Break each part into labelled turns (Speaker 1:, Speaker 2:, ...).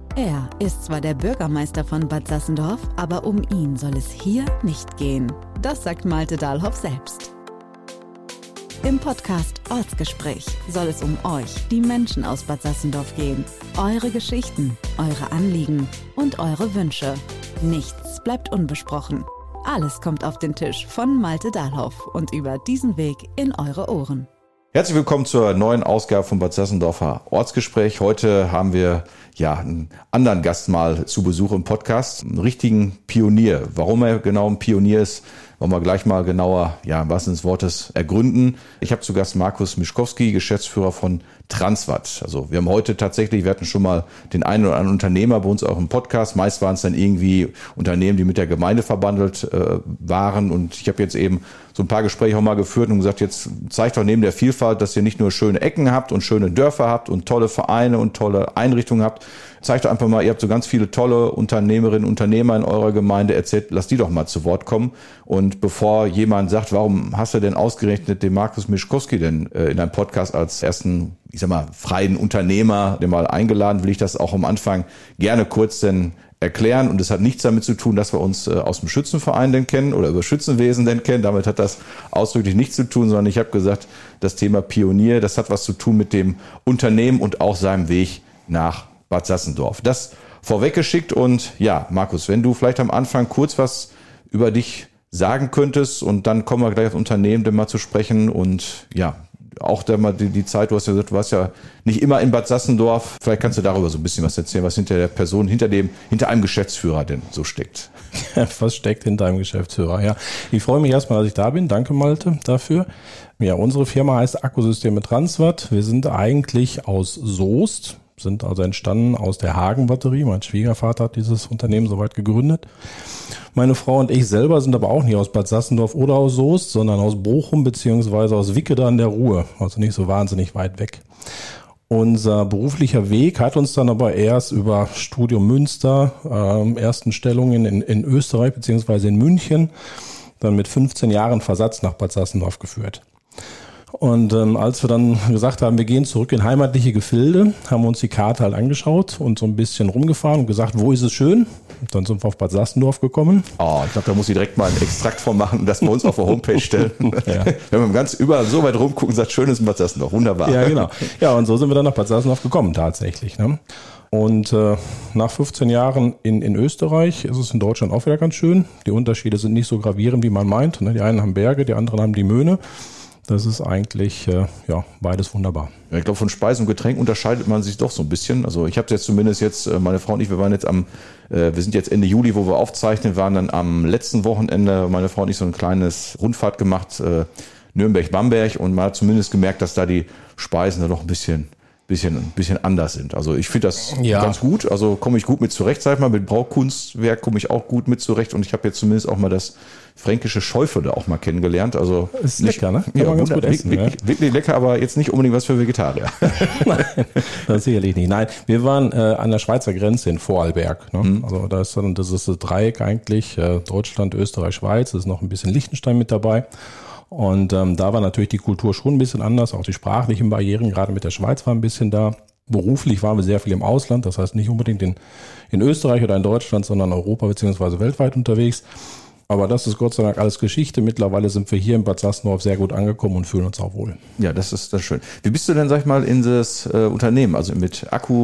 Speaker 1: Er ist zwar der Bürgermeister von Bad Sassendorf, aber um ihn soll es hier nicht gehen. Das sagt Malte Dahlhoff selbst. Im Podcast Ortsgespräch soll es um euch, die Menschen aus Bad Sassendorf, gehen. Eure Geschichten, eure Anliegen und eure Wünsche. Nichts bleibt unbesprochen. Alles kommt auf den Tisch von Malte Dahlhoff und über diesen Weg in eure Ohren.
Speaker 2: Herzlich willkommen zur neuen Ausgabe vom Bad Sassendorfer Ortsgespräch. Heute haben wir einen anderen Gast mal zu Besuch im Podcast, einen richtigen Pionier. Warum er genau ein Pionier ist, wollen wir gleich mal genauer, im wahrsten Sinne des Wortes, ergründen. Ich habe zu Gast Markus Mischkowski, Geschäftsführer von Transwatt. Also wir haben heute tatsächlich, wir hatten schon mal den einen oder anderen Unternehmer bei uns auch im Podcast. Meist waren es dann irgendwie Unternehmen, die mit der Gemeinde verbandelt waren. Und ich habe jetzt eben so ein paar Gespräche auch mal geführt und gesagt, jetzt zeigt doch neben der Vielfalt, dass ihr nicht nur schöne Ecken habt und schöne Dörfer habt und tolle Vereine und tolle Einrichtungen habt. Zeigt doch einfach mal, ihr habt so ganz viele tolle Unternehmerinnen und Unternehmer in eurer Gemeinde. Erzählt, lasst die doch mal zu Wort kommen. Und bevor jemand sagt, warum hast du denn ausgerechnet den Markus Mischkowski denn in deinem Podcast als ersten, freien Unternehmer, den mal eingeladen, will ich das auch am Anfang gerne kurz denn erklären. Und es hat nichts damit zu tun, dass wir uns aus dem Schützenverein denn kennen oder über Schützenwesen denn kennen. Damit hat das ausdrücklich nichts zu tun, sondern ich habe gesagt, das Thema Pionier, das hat was zu tun mit dem Unternehmen und auch seinem Weg nach Bad Sassendorf. Das vorweggeschickt und Markus, wenn du vielleicht am Anfang kurz was über dich sagen könntest und dann kommen wir gleich auf Unternehmen denn mal zu sprechen und auch da mal die Zeit, du hast ja gesagt, du warst ja nicht immer in Bad Sassendorf. Vielleicht kannst du darüber so ein bisschen was erzählen, was hinter der Person, hinter einem Geschäftsführer denn so steckt.
Speaker 3: Was steckt hinter einem Geschäftsführer? Ja, ich freue mich erstmal, dass ich da bin. Danke, Malte, dafür. Ja, unsere Firma heißt Akkusysteme Transwatt. Wir sind eigentlich aus Soest, sind also entstanden aus der Hagen-Batterie. Mein Schwiegervater hat dieses Unternehmen soweit gegründet. Meine Frau und ich selber sind aber auch nicht aus Bad Sassendorf oder aus Soest, sondern aus Bochum beziehungsweise aus Wickede an der Ruhr, also nicht so wahnsinnig weit weg. Unser beruflicher Weg hat uns dann aber erst über Studium Münster, ersten Stellungen in Österreich beziehungsweise in München, dann mit 15 Jahren Versatz nach Bad Sassendorf geführt. Und als wir dann gesagt haben, wir gehen zurück in heimatliche Gefilde, haben wir uns die Karte halt angeschaut und so ein bisschen rumgefahren und gesagt, wo ist es schön? Und dann sind wir auf Bad Sassendorf gekommen.
Speaker 2: Oh, ich glaube, da muss ich direkt mal einen Extrakt von machen und das bei uns auf der Homepage stellen. Ja. Wenn man ganz überall so weit rumgucken und sagt, schön ist in Bad Sassendorf, wunderbar.
Speaker 3: Ja, genau. Ja, und so sind wir dann nach Bad Sassendorf gekommen tatsächlich. Ne? Und nach 15 Jahren in Österreich ist es in Deutschland auch wieder ganz schön. Die Unterschiede sind nicht so gravierend, wie man meint. Ne? Die einen haben Berge, die anderen haben die Möhne. Das ist eigentlich, beides wunderbar.
Speaker 2: Ja, ich glaube, von Speisen und Getränken unterscheidet man sich doch so ein bisschen. Also ich habe jetzt zumindest meine Frau und ich, wir sind jetzt Ende Juli, wo wir aufzeichnen, waren dann am letzten Wochenende, meine Frau und ich, so ein kleines Rundfahrt gemacht, Nürnberg-Bamberg, und man hat zumindest gemerkt, dass da die Speisen da doch ein bisschen anders sind. Also ich finde das ganz gut. Also komme ich gut mit zurecht, sag ich mal. Mit Braukunstwerk komme ich auch gut mit zurecht. Und ich habe jetzt zumindest auch mal das fränkische Schäufele auch mal kennengelernt. Also
Speaker 3: ist lecker, ne?
Speaker 2: Kann man ganz gut essen. Wirklich lecker, aber jetzt nicht unbedingt was für Vegetarier.
Speaker 3: Nein, das sicherlich nicht. Nein, wir waren an der Schweizer Grenze in Vorarlberg. Ne? Also das ist das Dreieck eigentlich. Deutschland, Österreich, Schweiz. Es ist noch ein bisschen Liechtenstein mit dabei. Und da war natürlich die Kultur schon ein bisschen anders, auch die sprachlichen Barrieren, gerade mit der Schweiz war ein bisschen da. Beruflich waren wir sehr viel im Ausland, das heißt nicht unbedingt in Österreich oder in Deutschland, sondern Europa bzw. weltweit unterwegs. Aber das ist Gott sei Dank alles Geschichte. Mittlerweile sind wir hier in Bad Sassendorf sehr gut angekommen und fühlen uns auch wohl. Ja, das ist schön. Wie bist du denn, sag ich mal, in das Unternehmen, also mit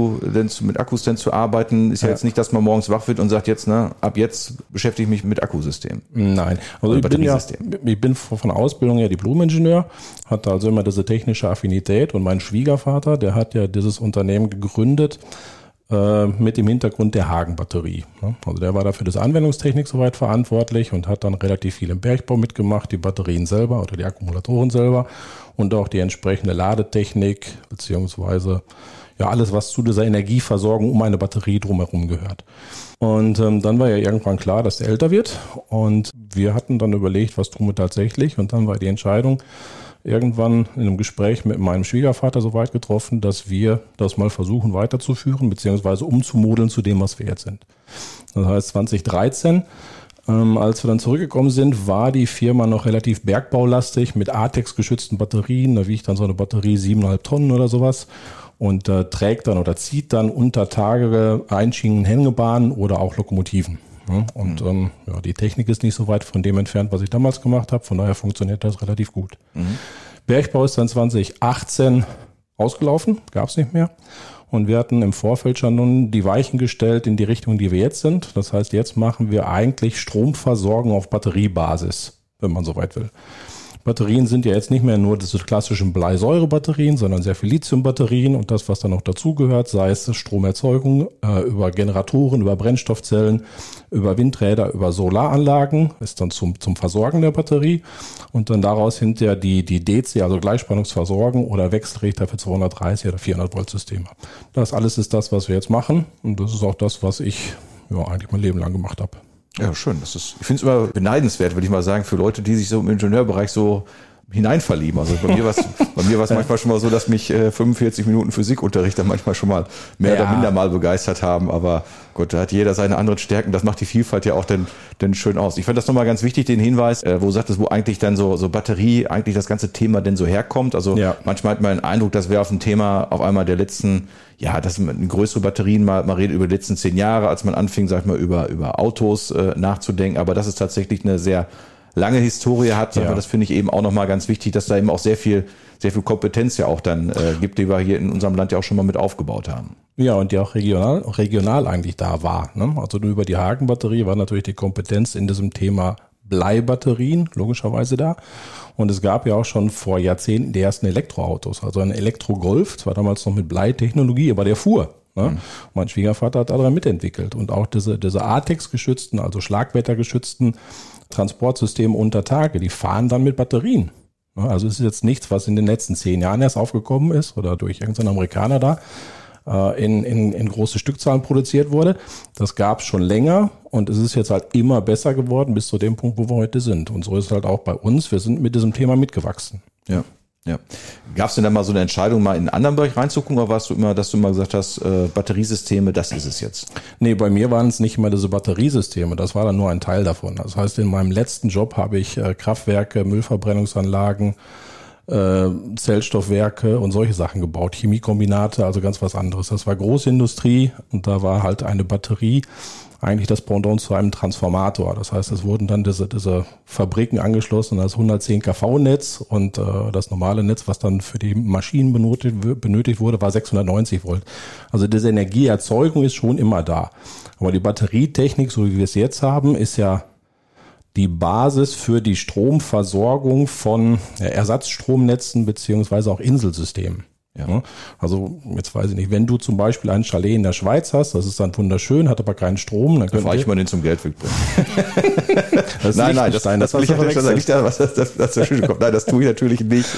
Speaker 3: Akkus denn zu arbeiten? Ist ja jetzt nicht, dass man morgens wach wird und sagt ab jetzt beschäftige ich mich mit Akkusystemen. Nein, also ich bin von Ausbildung her Diplom-Ingenieur, hatte also immer diese technische Affinität, und mein Schwiegervater, der hat ja dieses Unternehmen gegründet, mit dem Hintergrund der Hagen-Batterie. Also der war da für das Anwendungstechnik soweit verantwortlich und hat dann relativ viel im Bergbau mitgemacht, die Batterien selber oder die Akkumulatoren selber und auch die entsprechende Ladetechnik beziehungsweise alles, was zu dieser Energieversorgung um eine Batterie drumherum gehört. Und dann war ja irgendwann klar, dass der älter wird, und wir hatten dann überlegt, was tun wir tatsächlich, und dann war die Entscheidung irgendwann in einem Gespräch mit meinem Schwiegervater so weit getroffen, dass wir das mal versuchen weiterzuführen, beziehungsweise umzumodeln zu dem, was wir jetzt sind. Das heißt 2013, als wir dann zurückgekommen sind, war die Firma noch relativ bergbaulastig mit ATEX-geschützten Batterien. Da wiegt dann so eine Batterie 7,5 Tonnen oder sowas. und trägt dann oder zieht dann unter Tage einschienen Hängebahnen oder auch Lokomotiven. Ja, und die Technik ist nicht so weit von dem entfernt, was ich damals gemacht habe. Von daher funktioniert das relativ gut. Bergbau ist dann 2018 ausgelaufen, gab es nicht mehr. Und wir hatten im Vorfeld schon nun die Weichen gestellt in die Richtung, die wir jetzt sind. Das heißt, jetzt machen wir eigentlich Stromversorgung auf Batteriebasis, wenn man so weit will. Batterien sind ja jetzt nicht mehr nur diese klassischen Bleisäurebatterien, sondern sehr viel Lithiumbatterien und das, was dann noch dazugehört, sei es Stromerzeugung über Generatoren, über Brennstoffzellen, über Windräder, über Solaranlagen, ist dann zum Versorgen der Batterie und dann daraus hinterher die DC, also Gleichspannungsversorgung oder Wechselrichter für 230 oder 400 Volt Systeme. Das alles ist das, was wir jetzt machen und das ist auch das, was ich eigentlich mein Leben lang gemacht habe.
Speaker 2: Ja, schön. Ich finde es immer beneidenswert, würde ich mal sagen, für Leute, die sich so im Ingenieurbereich so hineinverlieben. Also bei mir war es manchmal schon mal so, dass mich 45 Minuten Physikunterricht dann manchmal schon mal mehr oder minder mal begeistert haben. Aber Gott, da hat jeder seine anderen Stärken. Das macht die Vielfalt ja auch dann schön aus. Ich fand das nochmal ganz wichtig, den Hinweis, wo du sagtest, wo eigentlich dann so Batterie, eigentlich das ganze Thema denn so herkommt. Also manchmal hat man den Eindruck, dass wir auf ein Thema auf einmal der letzten, dass man größere Batterien mal redet über die letzten 10 Jahre, als man anfing, sag ich mal, über Autos nachzudenken. Aber das ist tatsächlich eine sehr lange Historie hat, aber das finde ich eben auch nochmal ganz wichtig, dass da eben auch sehr viel Kompetenz ja auch dann gibt, die wir hier in unserem Land ja auch schon mal mit aufgebaut haben.
Speaker 3: Ja, und die auch regional eigentlich da war. Ne? Also über die Hagen-Batterie war natürlich die Kompetenz in diesem Thema Bleibatterien logischerweise da. Und es gab ja auch schon vor Jahrzehnten die ersten Elektroautos, also ein Elektro-Golf, zwar damals noch mit Bleitechnologie, aber der fuhr. Ne? Mein Schwiegervater hat daran mitentwickelt und auch diese ATEX-geschützten, also schlagwettergeschützten Transportsysteme unter Tage, die fahren dann mit Batterien. Also es ist jetzt nichts, was in den letzten 10 Jahren erst aufgekommen ist oder durch irgendeinen Amerikaner da in große Stückzahlen produziert wurde. Das gab es schon länger und es ist jetzt halt immer besser geworden bis zu dem Punkt, wo wir heute sind. Und so ist es halt auch bei uns. Wir sind mit diesem Thema mitgewachsen.
Speaker 2: Ja. Gab es denn da mal so eine Entscheidung, mal in einen anderen Bereich reinzugucken, oder warst du immer, dass du mal gesagt hast, Batteriesysteme, das ist es jetzt? Nee, bei mir waren es nicht immer diese Batteriesysteme, das war dann nur ein Teil davon. Das heißt, in meinem letzten Job habe ich Kraftwerke, Müllverbrennungsanlagen, Zellstoffwerke und solche Sachen gebaut, Chemiekombinate, also ganz was anderes. Das war Großindustrie und da war halt eine Batterie eigentlich das Pendant zu einem Transformator. Das heißt, es wurden dann diese Fabriken angeschlossen, das 110 kV-Netz und das normale Netz, was dann für die Maschinen benötigt wurde, war 690 Volt. Also diese Energieerzeugung ist schon immer da. Aber die Batterietechnik, so wie wir es jetzt haben, ist ja die Basis für die Stromversorgung von Ersatzstromnetzen beziehungsweise auch Inselsystemen. Ja. Also jetzt weiß ich nicht, wenn du zum Beispiel ein Chalet in der Schweiz hast, das ist dann wunderschön, hat aber keinen Strom, dann fahre ich mal den zum Geld wegbringen.
Speaker 3: Nein, das tue
Speaker 2: ich natürlich nicht.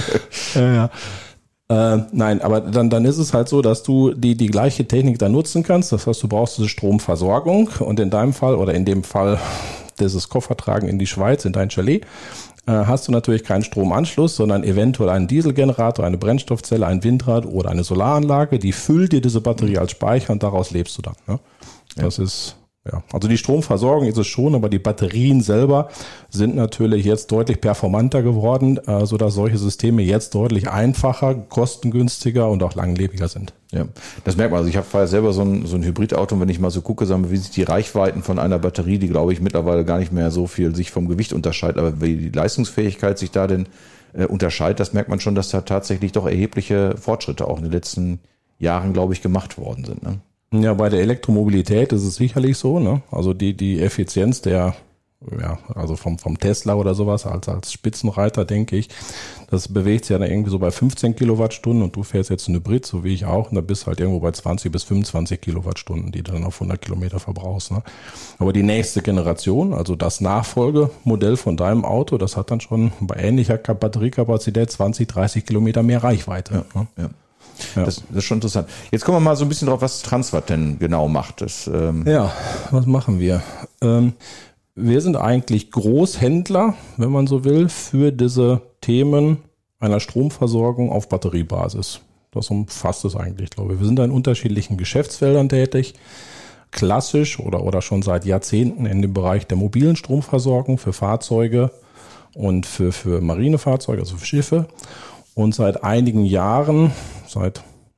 Speaker 3: Nein, aber dann ist es halt so, dass du die gleiche Technik dann nutzen kannst. Das heißt, du brauchst diese Stromversorgung und in deinem Fall oder in dem Fall dieses Koffertragen in die Schweiz, in dein Chalet, hast du natürlich keinen Stromanschluss, sondern eventuell einen Dieselgenerator, eine Brennstoffzelle, ein Windrad oder eine Solaranlage, die füllt dir diese Batterie als Speicher und daraus lebst du dann. Ne? Das ist, also die Stromversorgung ist es schon, aber die Batterien selber sind natürlich jetzt deutlich performanter geworden, sodass solche Systeme jetzt deutlich einfacher, kostengünstiger und auch langlebiger sind.
Speaker 2: Ja, das merkt man. Also ich fahre selber so ein Hybridauto und wenn ich mal so gucke, sagen wir, wie sich die Reichweiten von einer Batterie, die glaube ich mittlerweile gar nicht mehr so viel sich vom Gewicht unterscheidet, aber wie die Leistungsfähigkeit sich da denn unterscheidet, das merkt man schon, dass da tatsächlich doch erhebliche Fortschritte auch in den letzten Jahren, glaube ich, gemacht worden sind. Ne?
Speaker 3: Ja, bei der Elektromobilität ist es sicherlich so, ne? Also die Effizienz also vom Tesla oder sowas als Spitzenreiter, denke ich, das bewegt sich ja dann irgendwie so bei 15 Kilowattstunden und du fährst jetzt ein Hybrid, so wie ich auch, und da bist halt irgendwo bei 20 bis 25 Kilowattstunden, die du dann auf 100 Kilometer verbrauchst. Ne? Aber die nächste Generation, also das Nachfolgemodell von deinem Auto, das hat dann schon bei ähnlicher Batteriekapazität 20, 30 Kilometer mehr Reichweite.
Speaker 2: Ja. Das ist schon interessant. Jetzt kommen wir mal so ein bisschen drauf, was Transvat denn genau macht.
Speaker 3: Was machen wir? Wir sind eigentlich Großhändler, wenn man so will, für diese Themen einer Stromversorgung auf Batteriebasis. Das umfasst es eigentlich, glaube ich. Wir sind da in unterschiedlichen Geschäftsfeldern tätig. Klassisch oder schon seit Jahrzehnten in dem Bereich der mobilen Stromversorgung für Fahrzeuge und für Marinefahrzeuge, also für Schiffe. Und seit einigen Jahren, seit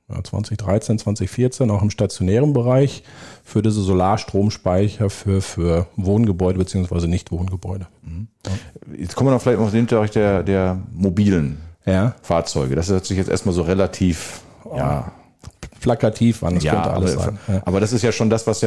Speaker 3: 2013, 2014 auch im stationären Bereich für diese Solarstromspeicher für Wohngebäude bzw. Nicht-Wohngebäude.
Speaker 2: Jetzt kommen wir noch vielleicht noch in den Bereich der mobilen Fahrzeuge. Das hört sich jetzt erstmal so relativ
Speaker 3: plakativ an, das könnte alles sein. Ja.
Speaker 2: Aber das ist ja schon das, was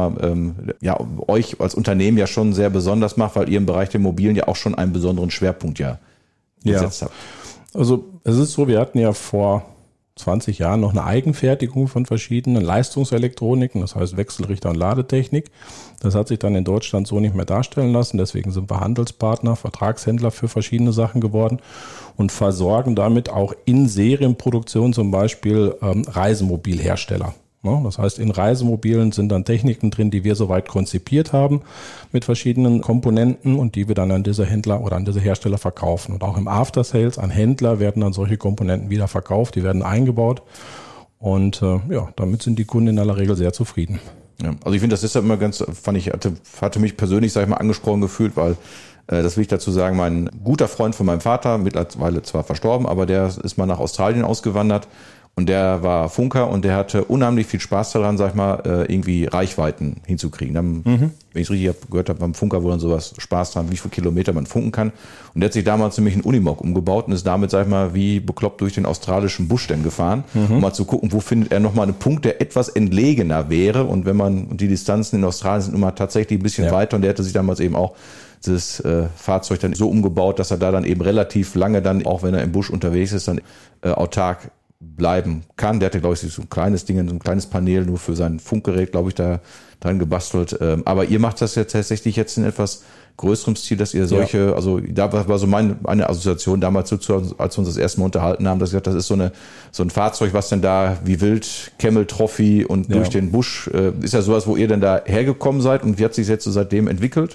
Speaker 2: euch als Unternehmen ja schon sehr besonders macht, weil ihr im Bereich der Mobilen ja auch schon einen besonderen Schwerpunkt gesetzt habt.
Speaker 3: Also es ist so, wir hatten ja vor 20 Jahren noch eine Eigenfertigung von verschiedenen Leistungselektroniken, das heißt Wechselrichter und Ladetechnik. Das hat sich dann in Deutschland so nicht mehr darstellen lassen. Deswegen sind wir Handelspartner, Vertragshändler für verschiedene Sachen geworden und versorgen damit auch in Serienproduktion zum Beispiel Reisemobilhersteller. Das heißt, in Reisemobilen sind dann Techniken drin, die wir soweit konzipiert haben mit verschiedenen Komponenten und die wir dann an diese Händler oder an diese Hersteller verkaufen. Und auch im After Sales an Händler werden dann solche Komponenten wieder verkauft, die werden eingebaut und damit sind die Kunden in aller Regel sehr zufrieden.
Speaker 2: Ja, also ich finde, das ist ja immer hatte mich persönlich, sag ich mal, angesprochen gefühlt, weil das will ich dazu sagen, mein guter Freund von meinem Vater, mittlerweile zwar verstorben, aber der ist mal nach Australien ausgewandert. Und der war Funker und der hatte unheimlich viel Spaß daran, sag ich mal, irgendwie Reichweiten hinzukriegen. Dann, wenn ich es richtig gehört habe, beim Funker wurde dann sowas Spaß dran, wie viele Kilometer man funken kann. Und der hat sich damals nämlich einen Unimog umgebaut und ist damit, sag ich mal, wie bekloppt durch den australischen Busch denn gefahren, um mal zu gucken, wo findet er nochmal einen Punkt, der etwas entlegener wäre. Und die Distanzen in Australien sind immer tatsächlich ein bisschen weiter und der hatte sich damals eben auch das Fahrzeug dann so umgebaut, dass er da dann eben relativ lange dann, auch wenn er im Busch unterwegs ist, dann autark bleiben kann. Der hatte, glaube ich, so ein kleines Ding, so ein kleines Panel nur für sein Funkgerät, glaube ich, da dran gebastelt. Aber ihr macht das jetzt tatsächlich jetzt in etwas größerem Stil, dass ihr solche, also da war so eine Assoziation damals dazu, als wir uns das erste Mal unterhalten haben, dass ich dachte, das ist so ein Fahrzeug, was denn da wie wild Camel Trophy und durch den Busch, ist ja sowas, wo ihr denn da hergekommen seid und wie hat sich jetzt so seitdem entwickelt?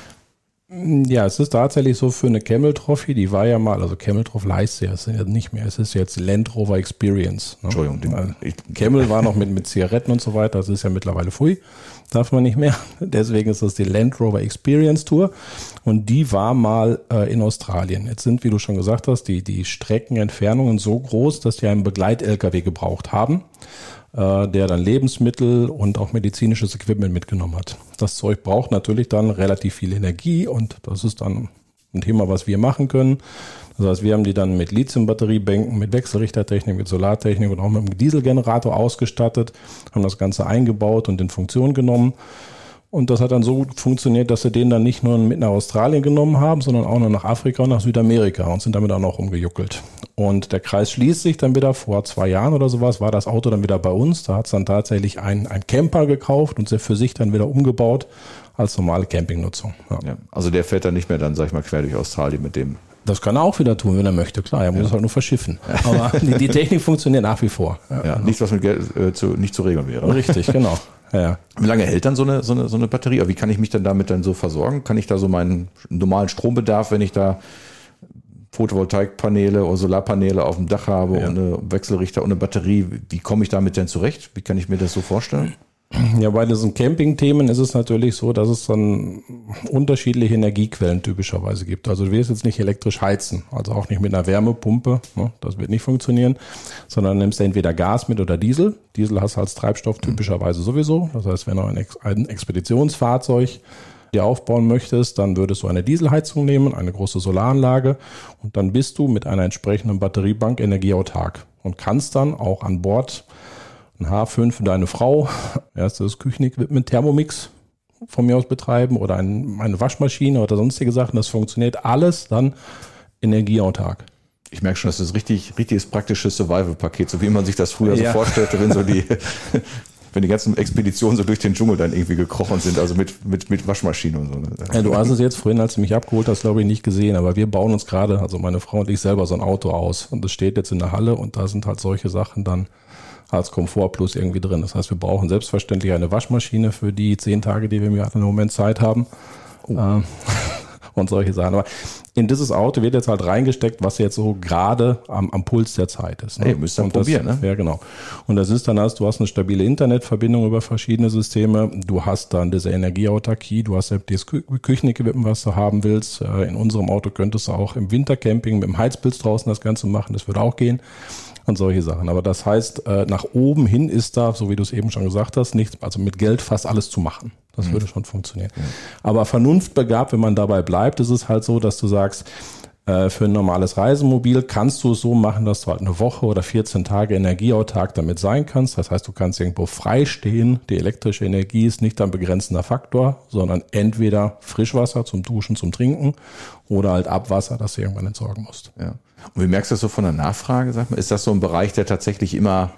Speaker 3: Ja, es ist tatsächlich so für eine Camel Trophy, die war ja mal, also Camel Trophy heißt ja, es ist ja nicht mehr, es ist jetzt Land Rover Experience. Ne?
Speaker 2: Entschuldigung.
Speaker 3: Camel war noch mit Zigaretten und so weiter, das ist ja mittlerweile pfui, darf man nicht mehr. Deswegen ist das die Land Rover Experience Tour und die war mal in Australien. Jetzt sind, wie du schon gesagt hast, die Streckenentfernungen so groß, dass die einen Begleit-LKW gebraucht haben, der dann Lebensmittel und auch medizinisches Equipment mitgenommen hat. Das Zeug braucht natürlich dann relativ viel Energie und das ist dann ein Thema, was wir machen können. Das heißt, wir haben die dann mit Lithium-Batteriebänken, mit Wechselrichtertechnik, mit Solartechnik und auch mit einem Dieselgenerator ausgestattet, haben das Ganze eingebaut und in Funktion genommen. Und das hat dann so gut funktioniert, dass sie den dann nicht nur mit nach Australien genommen haben, sondern auch noch nach Afrika und nach Südamerika und sind damit auch noch rumgejuckelt. Und der Kreis schließt sich dann wieder, vor 2 Jahren oder sowas, war das Auto dann wieder bei uns. Da hat es dann tatsächlich ein Camper gekauft und für sich dann wieder umgebaut als normale Campingnutzung. Ja,
Speaker 2: also der fährt dann nicht mehr dann, sag ich mal, quer durch Australien mit dem.
Speaker 3: Das kann er auch wieder tun, wenn er möchte, klar. Er muss es halt nur verschiffen. Aber die Technik funktioniert nach wie vor.
Speaker 2: Ja, genau. Nichts, was mit Geld nicht zu regeln wäre.
Speaker 3: Richtig, genau. Ja.
Speaker 2: Wie lange hält dann so eine Batterie? Wie kann ich mich dann damit dann so versorgen? Kann ich da so meinen normalen Strombedarf, wenn ich da Photovoltaikpaneele oder Solarpaneele auf dem Dach habe und eine Wechselrichter und eine Batterie, wie komme ich damit denn zurecht? Wie kann ich mir das so vorstellen?
Speaker 3: Ja, bei diesen Camping-Themen ist es natürlich so, dass es dann unterschiedliche Energiequellen typischerweise gibt. Also du wirst jetzt nicht elektrisch heizen, also auch nicht mit einer Wärmepumpe, ne? Das wird nicht funktionieren, sondern nimmst entweder Gas mit oder Diesel. Diesel hast du als Treibstoff typischerweise sowieso. Das heißt, wenn du ein Expeditionsfahrzeug dir aufbauen möchtest, dann würdest du eine Dieselheizung nehmen, eine große Solaranlage und dann bist du mit einer entsprechenden Batteriebank energieautark und kannst dann auch an Bord ein H5 für deine Frau, erstes Küchenequipment, Thermomix von mir aus betreiben oder eine Waschmaschine oder sonstige Sachen. Das funktioniert alles dann energieautark.
Speaker 2: Ich merke schon, das ist richtiges praktisches Survival-Paket, so wie man sich das früher so vorstellte, wenn die ganzen Expeditionen so durch den Dschungel dann irgendwie gekrochen sind, also mit Waschmaschine und so.
Speaker 3: Ja, du hast es jetzt vorhin, als du mich abgeholt hast, glaube ich, nicht gesehen, aber wir bauen uns gerade, also meine Frau und ich selber, so ein Auto aus und das steht jetzt in der Halle und da sind halt solche Sachen dann als Komfort plus irgendwie drin. Das heißt, wir brauchen selbstverständlich eine Waschmaschine für die 10 Tage, die wir im Moment Zeit haben. Und solche Sachen. Aber in dieses Auto wird jetzt halt reingesteckt, was jetzt so gerade am Puls der Zeit ist. Ne?
Speaker 2: Hey, müsst ihr probieren, ne?
Speaker 3: Ja, genau. Und das ist dann, du hast eine stabile Internetverbindung über verschiedene Systeme. Du hast dann diese Energieautarkie. Du hast das Küchenequipment, was du haben willst. In unserem Auto könntest du auch im Wintercamping mit dem Heizpilz draußen das Ganze machen. Das würde auch gehen. und solche Sachen. Aber das heißt, nach oben hin ist da, so wie du es eben schon gesagt hast, nichts, also mit Geld fast alles zu machen. Das würde schon funktionieren. Aber vernunftbegabt, wenn man dabei bleibt, ist es halt so, dass du sagst, für ein normales Reisemobil kannst du es so machen, dass du halt eine Woche oder 14 Tage energieautark damit sein kannst. Das heißt, du kannst irgendwo frei stehen. Die elektrische Energie ist nicht ein begrenzender Faktor, sondern entweder Frischwasser zum Duschen, zum Trinken oder halt Abwasser, das du irgendwann entsorgen musst.
Speaker 2: Ja. Und wie merkst du das so von der Nachfrage? Sag mal, ist das so ein Bereich, der tatsächlich immer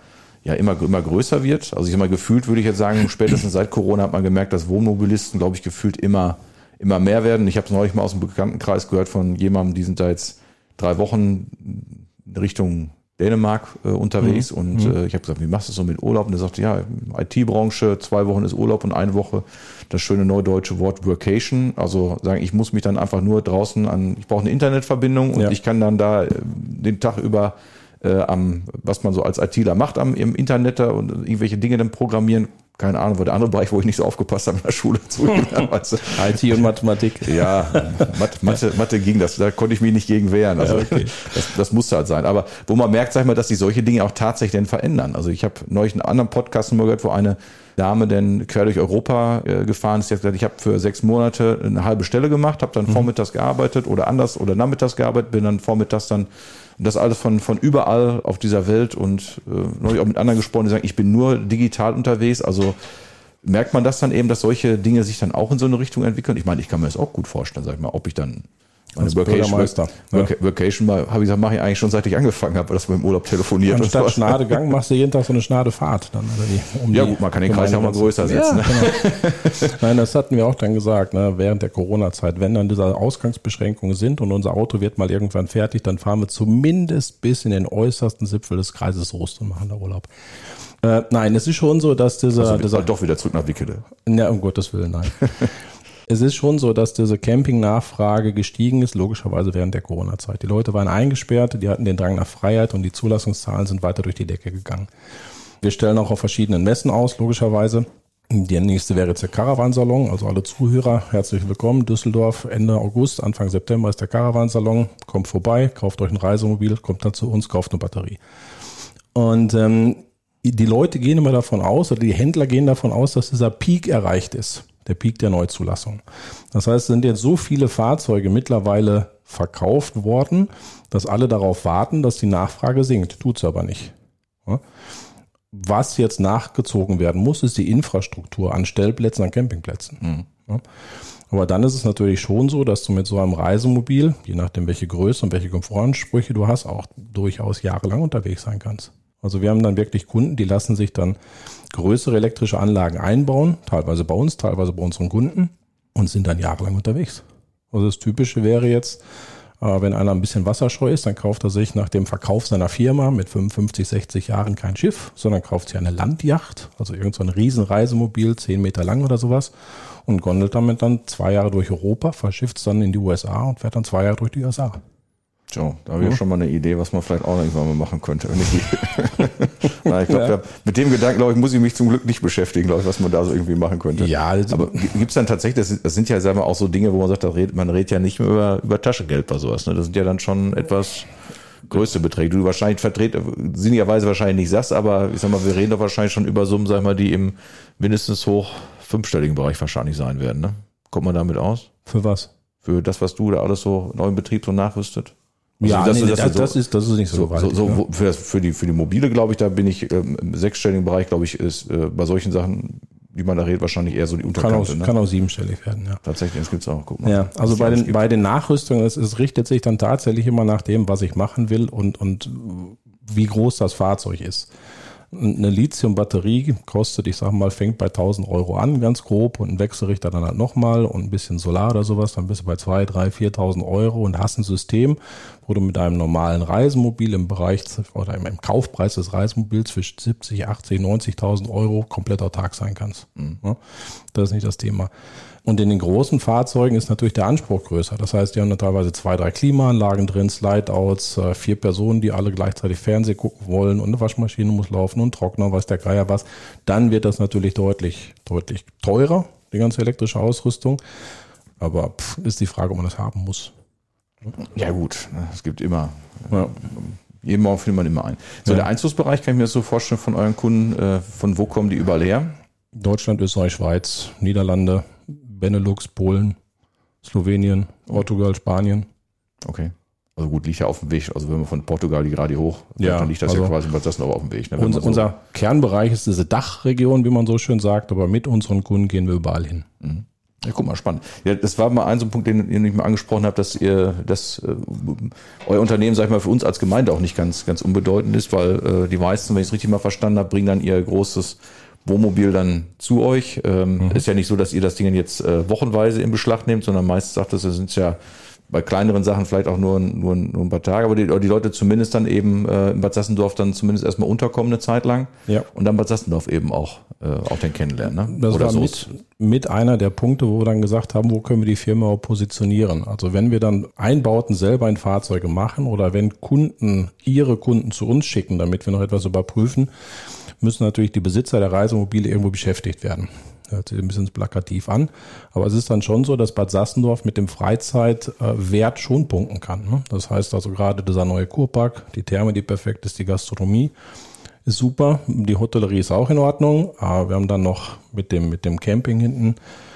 Speaker 2: größer wird? Also ich sag mal, gefühlt würde ich jetzt sagen, spätestens seit Corona hat man gemerkt, dass Wohnmobilisten, glaube ich, gefühlt immer mehr werden. Ich habe es neulich mal aus dem Bekanntenkreis gehört von jemandem, die sind da jetzt 3 Wochen Richtung Dänemark unterwegs und ich habe gesagt, wie machst du das so mit Urlaub? Und er sagte, ja, IT-Branche, 2 Wochen ist Urlaub und 1 Woche das schöne neudeutsche Wort Workation. Also sagen, ich muss mich dann einfach nur draußen ich brauche eine Internetverbindung und ich kann dann da den Tag über was man so als ITler macht im Internet da und irgendwelche Dinge dann programmieren. Keine Ahnung, war der andere Bereich, wo ich nicht so aufgepasst habe in der Schule. Weißt du?
Speaker 3: IT und Mathematik.
Speaker 2: Ja, Mathe ging das, da konnte ich mich nicht gegen wehren. Also das musste halt sein. Aber wo man merkt, sag ich mal, dass sich solche Dinge auch tatsächlich dann verändern. Also ich habe neulich einen anderen Podcast mal gehört, wo eine Dame dann quer durch Europa gefahren ist. Sie hat gesagt, ich habe für 6 Monate eine halbe Stelle gemacht, habe dann vormittags gearbeitet oder nachmittags gearbeitet, bin dann vormittags dann und das alles von überall auf dieser Welt und neulich auch mit anderen gesprochen, die sagen, ich bin nur digital unterwegs. Also merkt man das dann eben, dass solche Dinge sich dann auch in so eine Richtung entwickeln? Ich meine, ich kann mir das auch gut vorstellen, sag ich mal, ob ich dann meine Workation mal, habe ich gesagt, mache ich eigentlich schon seit ich angefangen habe, dass man im Urlaub telefoniert.
Speaker 3: Anstatt Schnadegang machst du jeden Tag so eine Schnadefahrt dann, oder wie?
Speaker 2: Ja gut, man kann den Kreis ja mal größer setzen. Ja,
Speaker 3: genau. Nein, das hatten wir auch dann gesagt, ne, während der Corona-Zeit. Wenn dann diese Ausgangsbeschränkungen sind und unser Auto wird mal irgendwann fertig, dann fahren wir zumindest bis in den äußersten Zipfel des Kreises Rust und machen da Urlaub. Nein, es ist schon so, dass dieser
Speaker 2: doch wieder zurück nach Wickede.
Speaker 3: Ja, um Gottes Willen, nein. Es ist schon so, dass diese Camping-Nachfrage gestiegen ist, logischerweise während der Corona-Zeit. Die Leute waren eingesperrt, die hatten den Drang nach Freiheit und die Zulassungszahlen sind weiter durch die Decke gegangen. Wir stellen auch auf verschiedenen Messen aus, logischerweise. Die nächste wäre jetzt der Caravansalon, also alle Zuhörer, herzlich willkommen. Düsseldorf, Ende August, Anfang September ist der Caravansalon. Kommt vorbei, kauft euch ein Reisemobil, kommt dann zu uns, kauft eine Batterie. Und die Leute gehen immer davon aus, oder die Händler gehen davon aus, dass dieser Peak erreicht ist. Der Peak der Neuzulassung. Das heißt, es sind jetzt so viele Fahrzeuge mittlerweile verkauft worden, dass alle darauf warten, dass die Nachfrage sinkt. Tut's aber nicht. Was jetzt nachgezogen werden muss, ist die Infrastruktur an Stellplätzen, an Campingplätzen. Aber dann ist es natürlich schon so, dass du mit so einem Reisemobil, je nachdem welche Größe und welche Komfortansprüche du hast, auch durchaus jahrelang unterwegs sein kannst. Also wir haben dann wirklich Kunden, die lassen sich dann größere elektrische Anlagen einbauen, teilweise bei uns, teilweise bei unseren Kunden und sind dann jahrelang unterwegs. Also das Typische wäre jetzt, wenn einer ein bisschen wasserscheu ist, dann kauft er sich nach dem Verkauf seiner Firma mit 55, 60 Jahren kein Schiff, sondern kauft sich eine Landjacht, also irgend so ein Riesenreisemobil, 10 Meter lang oder sowas und gondelt damit dann 2 Jahre durch Europa, verschifft es dann in die USA und fährt dann 2 Jahre durch die USA.
Speaker 2: So, da habe ich schon mal eine Idee, was man vielleicht auch irgendwann mal machen könnte. Na, ich glaube, mit dem Gedanken, glaube ich, muss ich mich zum Glück nicht beschäftigen, glaube ich, was man da so irgendwie machen könnte.
Speaker 3: Ja,
Speaker 2: aber gibt es dann tatsächlich, das sind ja, sagen wir, auch so Dinge, wo man sagt, man redet ja nicht mehr über Taschengeld bei sowas. Ne? Das sind ja dann schon etwas größte Beträge. Du wahrscheinlich sinnigerweise wahrscheinlich nicht sagst, aber ich sag mal, wir reden doch wahrscheinlich schon über Summen, sag ich mal, die im mindestens hoch 5-stelligen Bereich wahrscheinlich sein werden. Ne? Kommt man damit aus?
Speaker 3: Für was?
Speaker 2: Für das, was du da alles so neu im Betrieb so nachrüstet?
Speaker 3: Also ja, das ist nicht so gewaltig.
Speaker 2: Für die Mobile, glaube ich, da bin ich im 6-stelligen Bereich, glaube ich, ist bei solchen Sachen, die man da redet, wahrscheinlich eher so die Unterkante.
Speaker 3: Kann auch 7-stellig werden, ja.
Speaker 2: Tatsächlich, das gibt's auch. Guck mal,
Speaker 3: ja, also bei den Nachrüstungen, es richtet sich dann tatsächlich immer nach dem, was ich machen will und wie groß das Fahrzeug ist. Eine Lithium-Batterie kostet, ich sag mal, fängt bei 1.000 Euro an, ganz grob, und ein Wechselrichter dann halt nochmal und ein bisschen Solar oder sowas, dann bist du bei 2.000, 3.000, 4.000 Euro und hast ein System, wo du mit einem normalen Reisemobil im Bereich oder im Kaufpreis des Reisemobils zwischen 70, 80, 90.000 Euro komplett autark sein kannst. Ja, das ist nicht das Thema. Und in den großen Fahrzeugen ist natürlich der Anspruch größer. Das heißt, die haben dann teilweise 2, 3 Klimaanlagen drin, Slide-Outs, 4 Personen, die alle gleichzeitig Fernsehen gucken wollen und eine Waschmaschine muss laufen und ein Trockner, weiß der Geier was. Dann wird das natürlich deutlich teurer, die ganze elektrische Ausrüstung. Aber ist die Frage, ob man das haben muss.
Speaker 2: Ja gut, es gibt immer Jeden Morgen findet man immer einen. So, der Einzugsbereich, kann ich mir das so vorstellen von euren Kunden, von wo kommen die überall her?
Speaker 3: Deutschland, Österreich, Schweiz, Niederlande, Benelux, Polen, Slowenien, Portugal, Spanien.
Speaker 2: Okay. Also gut, liegt ja auf dem Weg. Also wenn man von Portugal die gerade hoch,
Speaker 3: ja,
Speaker 2: dann liegt das
Speaker 3: also
Speaker 2: ja quasi in Bad Sassenhof auf dem Weg. Ne?
Speaker 3: Unser Kernbereich ist diese Dachregion, wie man so schön sagt, aber mit unseren Kunden gehen wir überall hin.
Speaker 2: Mhm. Ja, guck mal, spannend. Ja, das war mal ein so ein Punkt, den ihr nicht mal angesprochen habt, dass euer Unternehmen, sag ich mal, für uns als Gemeinde auch nicht ganz unbedeutend ist, weil die meisten, wenn ich es richtig mal verstanden habe, bringen dann ihr großes Wohnmobil dann zu euch. Ist ja nicht so, dass ihr das Ding jetzt wochenweise in Beschlag nehmt, sondern meist sagt es, sind es ja bei kleineren Sachen vielleicht auch nur ein paar Tage, aber die Leute zumindest dann eben in Bad Sassendorf dann zumindest erstmal unterkommen eine Zeit lang,
Speaker 3: ja,
Speaker 2: und dann Bad Sassendorf eben auch den kennenlernen. Ne?
Speaker 3: Das
Speaker 2: Oder
Speaker 3: war
Speaker 2: so
Speaker 3: mit einer der Punkte, wo wir dann gesagt haben, wo können wir die Firma auch positionieren. Also wenn wir dann Einbauten selber in Fahrzeuge machen oder wenn Kunden ihre Kunden zu uns schicken, damit wir noch etwas überprüfen, müssen natürlich die Besitzer der Reisemobile irgendwo beschäftigt werden. Hört sich ein bisschen plakativ an. Aber es ist dann schon so, dass Bad Sassendorf mit dem Freizeitwert schon punkten kann. Ne? Das heißt also gerade dieser neue Kurpark, die Therme, die perfekt ist, die Gastronomie ist super. Die Hotellerie ist auch in Ordnung. Aber wir haben dann noch mit dem Camping hinten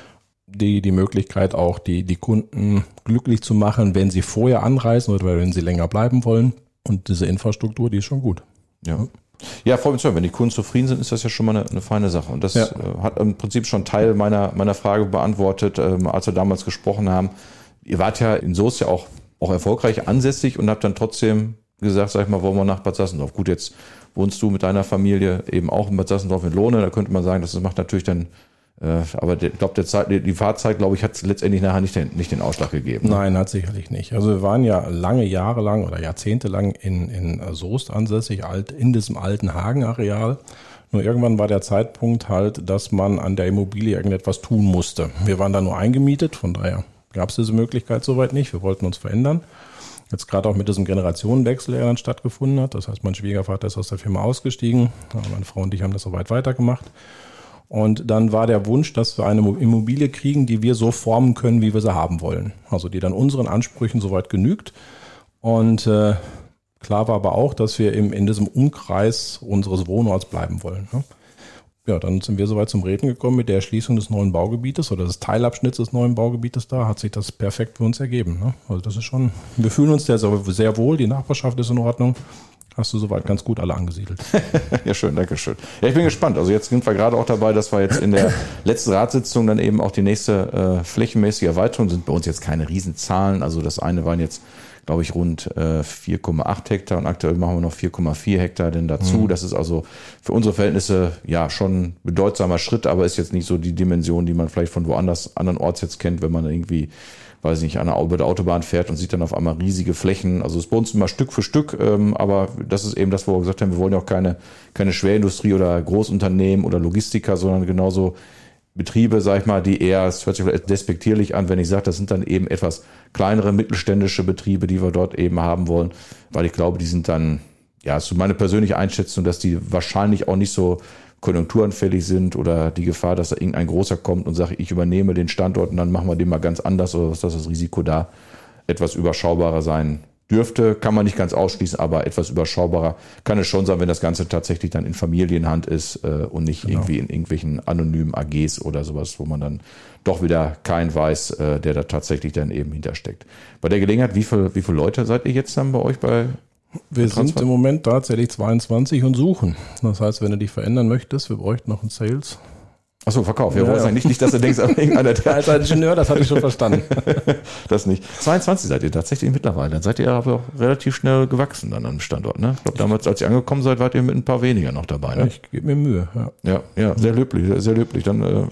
Speaker 3: die Möglichkeit auch die Kunden glücklich zu machen, wenn sie vorher anreisen oder wenn sie länger bleiben wollen. Und diese Infrastruktur, die ist schon gut.
Speaker 2: Ja. Ja, freut mich zu hören. Wenn die Kunden zufrieden sind, ist das ja schon mal eine feine Sache. Und das hat im Prinzip schon Teil meiner Frage beantwortet, als wir damals gesprochen haben. Ihr wart ja in Soest ja auch erfolgreich ansässig und habt dann trotzdem gesagt, sag ich mal, wollen wir nach Bad Sassendorf. Gut, jetzt wohnst du mit deiner Familie eben auch in Bad Sassendorf in Lohne. Da könnte man sagen, das macht natürlich dann, aber ich glaube, die Fahrzeit, glaube ich, hat letztendlich nachher nicht den Ausschlag gegeben.
Speaker 3: Nein, hat sicherlich nicht. Also wir waren ja Jahre lang oder jahrzehntelang in Soest ansässig, in diesem alten Hagen-Areal. Nur irgendwann war der Zeitpunkt halt, dass man an der Immobilie irgendetwas tun musste. Wir waren da nur eingemietet, von daher gab es diese Möglichkeit soweit nicht. Wir wollten uns verändern. Jetzt gerade auch mit diesem Generationenwechsel, der dann stattgefunden hat. Das heißt, mein Schwiegervater ist aus der Firma ausgestiegen. Meine Frau und ich haben das soweit weitergemacht. Und dann war der Wunsch, dass wir eine Immobilie kriegen, die wir so formen können, wie wir sie haben wollen. Also die dann unseren Ansprüchen soweit genügt. Und klar war aber auch, dass wir in diesem Umkreis unseres Wohnorts bleiben wollen. Ne? Ja, dann sind wir soweit zum Reden gekommen mit der Erschließung des neuen Baugebietes oder des Teilabschnitts des neuen Baugebietes. Da hat sich das perfekt für uns ergeben. Ne? Also das ist schon, wir fühlen uns sehr sehr wohl, die Nachbarschaft ist in Ordnung. Hast du soweit ganz gut alle angesiedelt.
Speaker 2: Ja, schön, danke schön. Ja, ich bin gespannt. Also jetzt sind wir gerade auch dabei, dass wir jetzt in der letzten Ratssitzung dann eben auch die nächste flächenmäßige Erweiterung, sind bei uns jetzt keine Riesenzahlen. Also das eine waren jetzt, glaube ich, rund 4,8 Hektar und aktuell machen wir noch 4,4 Hektar denn dazu. Das ist also für unsere Verhältnisse ja schon ein bedeutsamer Schritt, aber ist jetzt nicht so die Dimension, die man vielleicht von andernorts jetzt kennt, wenn man irgendwie, weiß nicht, über der Autobahn fährt und sieht dann auf einmal riesige Flächen. Also es ist bei uns immer Stück für Stück, aber das ist eben das, wo wir gesagt haben, wir wollen ja auch keine Schwerindustrie oder Großunternehmen oder Logistiker, sondern genauso Betriebe, sag ich mal, die eher, es hört sich vielleicht despektierlich an, wenn ich sage, das sind dann eben etwas kleinere mittelständische Betriebe, die wir dort eben haben wollen, weil ich glaube, die sind dann, ja, ist so meine persönliche Einschätzung, dass die wahrscheinlich auch nicht so konjunkturanfällig sind oder die Gefahr, dass da irgendein Großer kommt und sagt, ich übernehme den Standort und dann machen wir den mal ganz anders oder dass das Risiko da etwas überschaubarer sein dürfte, kann man nicht ganz ausschließen, aber etwas überschaubarer kann es schon sein, wenn das Ganze tatsächlich dann in Familienhand ist und nicht irgendwie in irgendwelchen anonymen AGs oder sowas, wo man dann doch wieder keinen weiß, der da tatsächlich dann eben hintersteckt. Bei der Gelegenheit, wie viele Leute seid ihr jetzt dann bei euch bei?
Speaker 3: Wir sind im Moment tatsächlich 22 und suchen. Das heißt, wenn du dich verändern möchtest, wir bräuchten noch einen Sales.
Speaker 2: Achso, Verkauf. Wir wollen sagen nicht, dass du denkst, aber irgendeiner der
Speaker 3: als Ingenieur, das hatte ich schon verstanden.
Speaker 2: Das nicht. 22 seid ihr tatsächlich mittlerweile. Dann seid ihr aber auch relativ schnell gewachsen dann am Standort. Ne? Ich glaube, damals, als ihr angekommen seid, wart ihr mit ein paar weniger noch dabei. Ne?
Speaker 3: Ja, ich gebe mir Mühe.
Speaker 2: Ja, sehr löblich, sehr löblich. Dann machen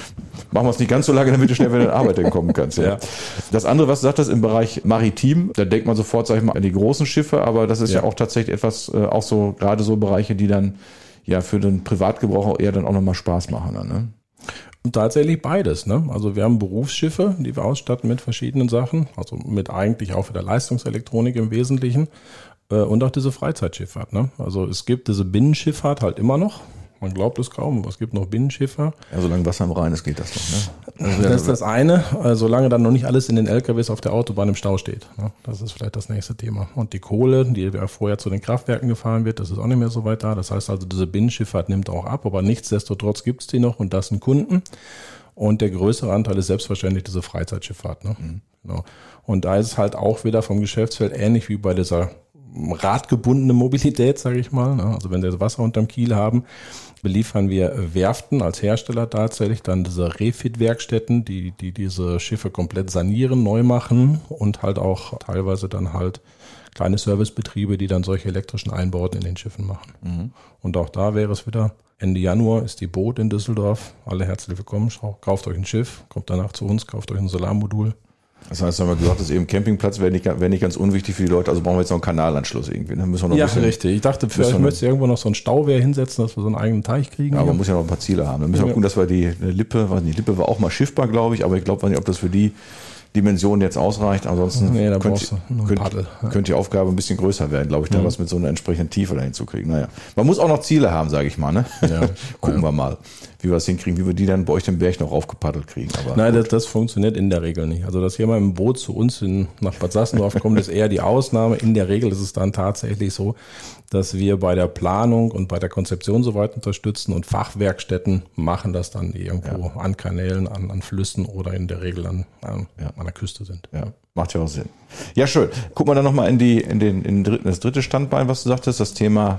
Speaker 2: wir es nicht ganz so lange, damit du schnell wieder in Arbeit kommen kannst. Ja. Das andere, was du sagtest, im Bereich Maritim, da denkt man sofort, sag ich mal, an die großen Schiffe, aber das ist ja auch tatsächlich etwas, auch so, gerade so Bereiche, die dann ja für den Privatgebrauch eher dann auch nochmal Spaß machen. Dann, ne?
Speaker 3: Und tatsächlich beides. Ne? Also wir haben Berufsschiffe, die wir ausstatten mit verschiedenen Sachen, also mit eigentlich auch wieder Leistungselektronik im Wesentlichen und auch diese Freizeitschifffahrt. Ne? Also es gibt diese Binnenschifffahrt halt immer noch. Man glaubt es kaum, aber es gibt noch Binnenschiffer.
Speaker 2: Ja, solange Wasser im Rhein ist, geht das noch, ne?
Speaker 3: Das ist das eine, solange dann noch nicht alles in den LKWs auf der Autobahn im Stau steht. Das ist vielleicht das nächste Thema. Und die Kohle, die ja vorher zu den Kraftwerken gefahren wird, das ist auch nicht mehr so weit da. Das heißt also, diese Binnenschifffahrt nimmt auch ab, aber nichtsdestotrotz gibt es die noch und das sind Kunden. Und der größere Anteil ist selbstverständlich diese Freizeitschifffahrt. Ne? Genau. Und da ist es halt auch wieder vom Geschäftsfeld ähnlich wie bei dieser radgebundene Mobilität, sage ich mal. Also wenn wir das Wasser unterm Kiel haben, beliefern wir Werften als Hersteller tatsächlich dann diese Refit-Werkstätten, die diese Schiffe komplett sanieren, neu machen und halt auch teilweise dann halt kleine Servicebetriebe, die dann solche elektrischen Einbauten in den Schiffen machen. Und auch da wäre es wieder, Ende Januar ist die Boot in Düsseldorf. Alle herzlich willkommen. Kauft euch ein Schiff, kommt danach zu uns, kauft euch ein Solarmodul.
Speaker 2: Das heißt, haben wir gesagt, dass eben Campingplatz wäre nicht ganz unwichtig für die Leute, also brauchen wir jetzt noch einen Kanalanschluss irgendwie. Dann müssen wir noch ein bisschen,
Speaker 3: richtig. Ich dachte, vielleicht müsste irgendwo noch so ein Stauwehr hinsetzen, dass wir so einen eigenen Teich kriegen.
Speaker 2: Ja, aber man muss ja noch ein paar Ziele haben. Dann müssen wir gucken, dass wir die Lippe war auch mal schiffbar, glaube ich, aber ich glaube nicht, ob das für die Dimension jetzt ausreicht. Ansonsten könnte die Aufgabe ein bisschen größer werden, glaube ich, da was mit so einer entsprechenden Tiefe dahin zu kriegen. Naja, man muss auch noch Ziele haben, sage ich mal. Ne? Ja, gucken wir mal, wie wir das hinkriegen, wie wir die dann bei euch den Berg noch aufgepaddelt kriegen. Aber
Speaker 3: nein, das funktioniert in der Regel nicht. Also, dass jemand im Boot zu uns nach Bad Sassendorf kommt, ist eher die Ausnahme. In der Regel ist es dann tatsächlich so, dass wir bei der Planung und bei der Konzeption soweit unterstützen und Fachwerkstätten machen das dann irgendwo an Kanälen, an Flüssen oder in der Regel an der Küste sind.
Speaker 2: Ja, macht ja auch Sinn. Ja, schön. Guck mal dann nochmal das dritte Standbein, was du sagtest, das Thema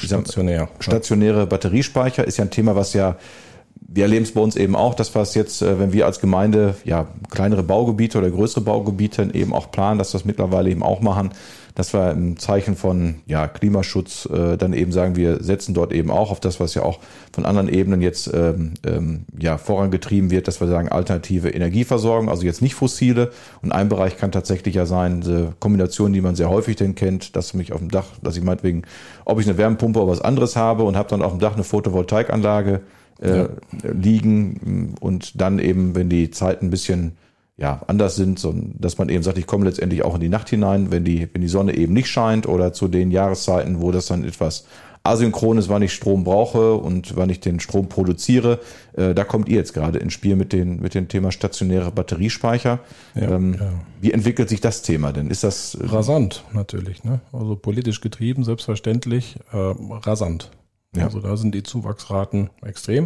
Speaker 2: stationäre Batteriespeicher ist ja ein Thema, was ja, wir erleben es bei uns eben auch, dass wir es jetzt, wenn wir als Gemeinde kleinere Baugebiete oder größere Baugebiete eben auch planen, dass wir es mittlerweile eben auch machen, dass wir im Zeichen von Klimaschutz dann eben sagen, wir setzen dort eben auch auf das, was ja auch von anderen Ebenen jetzt vorangetrieben wird, dass wir sagen, alternative Energieversorgung, also jetzt nicht fossile. Und ein Bereich kann tatsächlich ja sein, diese Kombination, die man sehr häufig denn kennt, dass mich auf dem Dach, dass ich meinetwegen, ob ich eine Wärmepumpe oder was anderes habe und habe dann auf dem Dach eine Photovoltaikanlage liegen und dann eben, wenn die Zeiten ein bisschen anders sind, so, dass man eben sagt, ich komme letztendlich auch in die Nacht hinein, wenn die Sonne eben nicht scheint oder zu den Jahreszeiten, wo das dann etwas asynchron ist, wann ich Strom brauche und wann ich den Strom produziere. Da kommt ihr jetzt gerade ins Spiel mit dem Thema stationäre Batteriespeicher. Wie entwickelt sich das Thema denn? Ist das
Speaker 3: rasant natürlich, ne? Also politisch getrieben, selbstverständlich, rasant. Ja. Also da sind die Zuwachsraten extrem.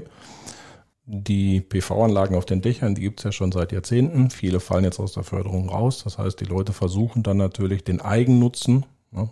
Speaker 3: Die PV-Anlagen auf den Dächern, die gibt es ja schon seit Jahrzehnten. Viele fallen jetzt aus der Förderung raus. Das heißt, die Leute versuchen dann natürlich den Eigennutzen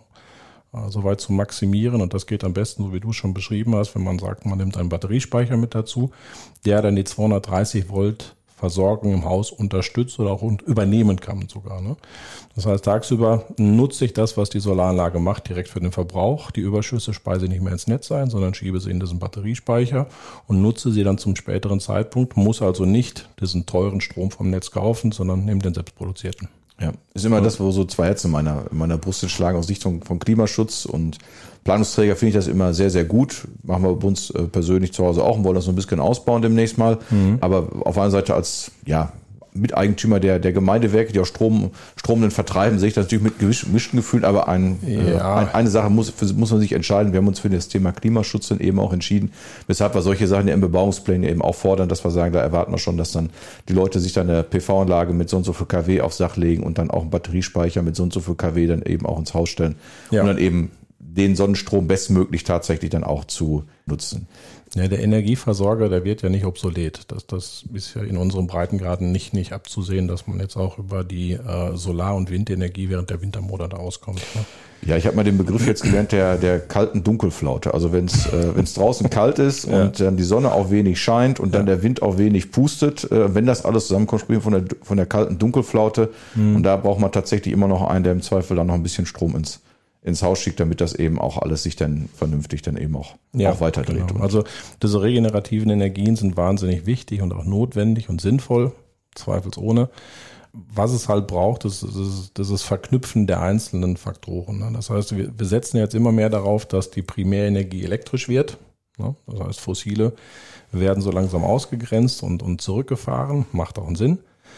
Speaker 3: soweit zu maximieren. Und das geht am besten, so wie du schon beschrieben hast, wenn man sagt, man nimmt einen Batteriespeicher mit dazu, der dann die 230 Volt Versorgung im Haus unterstützt oder auch übernehmen kann sogar. Ne? Das heißt, tagsüber nutze ich das, was die Solaranlage macht, direkt für den Verbrauch. Die Überschüsse speise ich nicht mehr ins Netz ein, sondern schiebe sie in diesen Batteriespeicher und nutze sie dann zum späteren Zeitpunkt. Muss also nicht diesen teuren Strom vom Netz kaufen, sondern nehme den selbstproduzierten.
Speaker 2: Ja, ist immer das, wo so zwei Herzen in meiner Brust schlagen aus Sicht von Klimaschutz und Planungsträger finde ich das immer sehr, sehr gut. Machen wir bei uns persönlich zu Hause auch und wollen das so ein bisschen ausbauen demnächst mal. Aber auf einer Seite als Miteigentümer der Gemeindewerke, die auch Strom dann vertreiben, sehe ich das natürlich mit gemischten Gefühlen. Aber eine Sache muss man sich entscheiden. Wir haben uns für das Thema Klimaschutz dann eben auch entschieden, weshalb wir solche Sachen ja im Bebauungsplänen eben auch fordern, dass wir sagen, da erwarten wir schon, dass dann die Leute sich dann eine PV-Anlage mit so und so viel kW aufs Dach legen und dann auch einen Batteriespeicher mit so und so viel kW dann eben auch ins Haus stellen und dann eben den Sonnenstrom bestmöglich tatsächlich dann auch zu nutzen.
Speaker 3: Ja, der Energieversorger, der wird ja nicht obsolet. Das ist ja in unseren Breitengraden nicht abzusehen, dass man jetzt auch über die Solar- und Windenergie während der Wintermonate auskommt. Ne?
Speaker 2: Ja, ich habe mal den Begriff jetzt gelernt, der kalten Dunkelflaute. Also wenn es draußen kalt ist und dann die Sonne auch wenig scheint und dann der Wind auch wenig pustet, wenn das alles zusammenkommt, sprechen wir von der kalten Dunkelflaute. Und da braucht man tatsächlich immer noch einen, der im Zweifel dann noch ein bisschen Strom ins Haus schickt, damit das eben auch alles sich dann vernünftig dann eben auch weiterdreht.
Speaker 3: Genau. Also diese regenerativen Energien sind wahnsinnig wichtig und auch notwendig und sinnvoll, zweifelsohne. Was es halt braucht, das ist Verknüpfen der einzelnen Faktoren. Das heißt, wir setzen jetzt immer mehr darauf, dass die Primärenergie elektrisch wird. Das heißt, fossile werden so langsam ausgegrenzt und zurückgefahren, macht auch einen Sinn.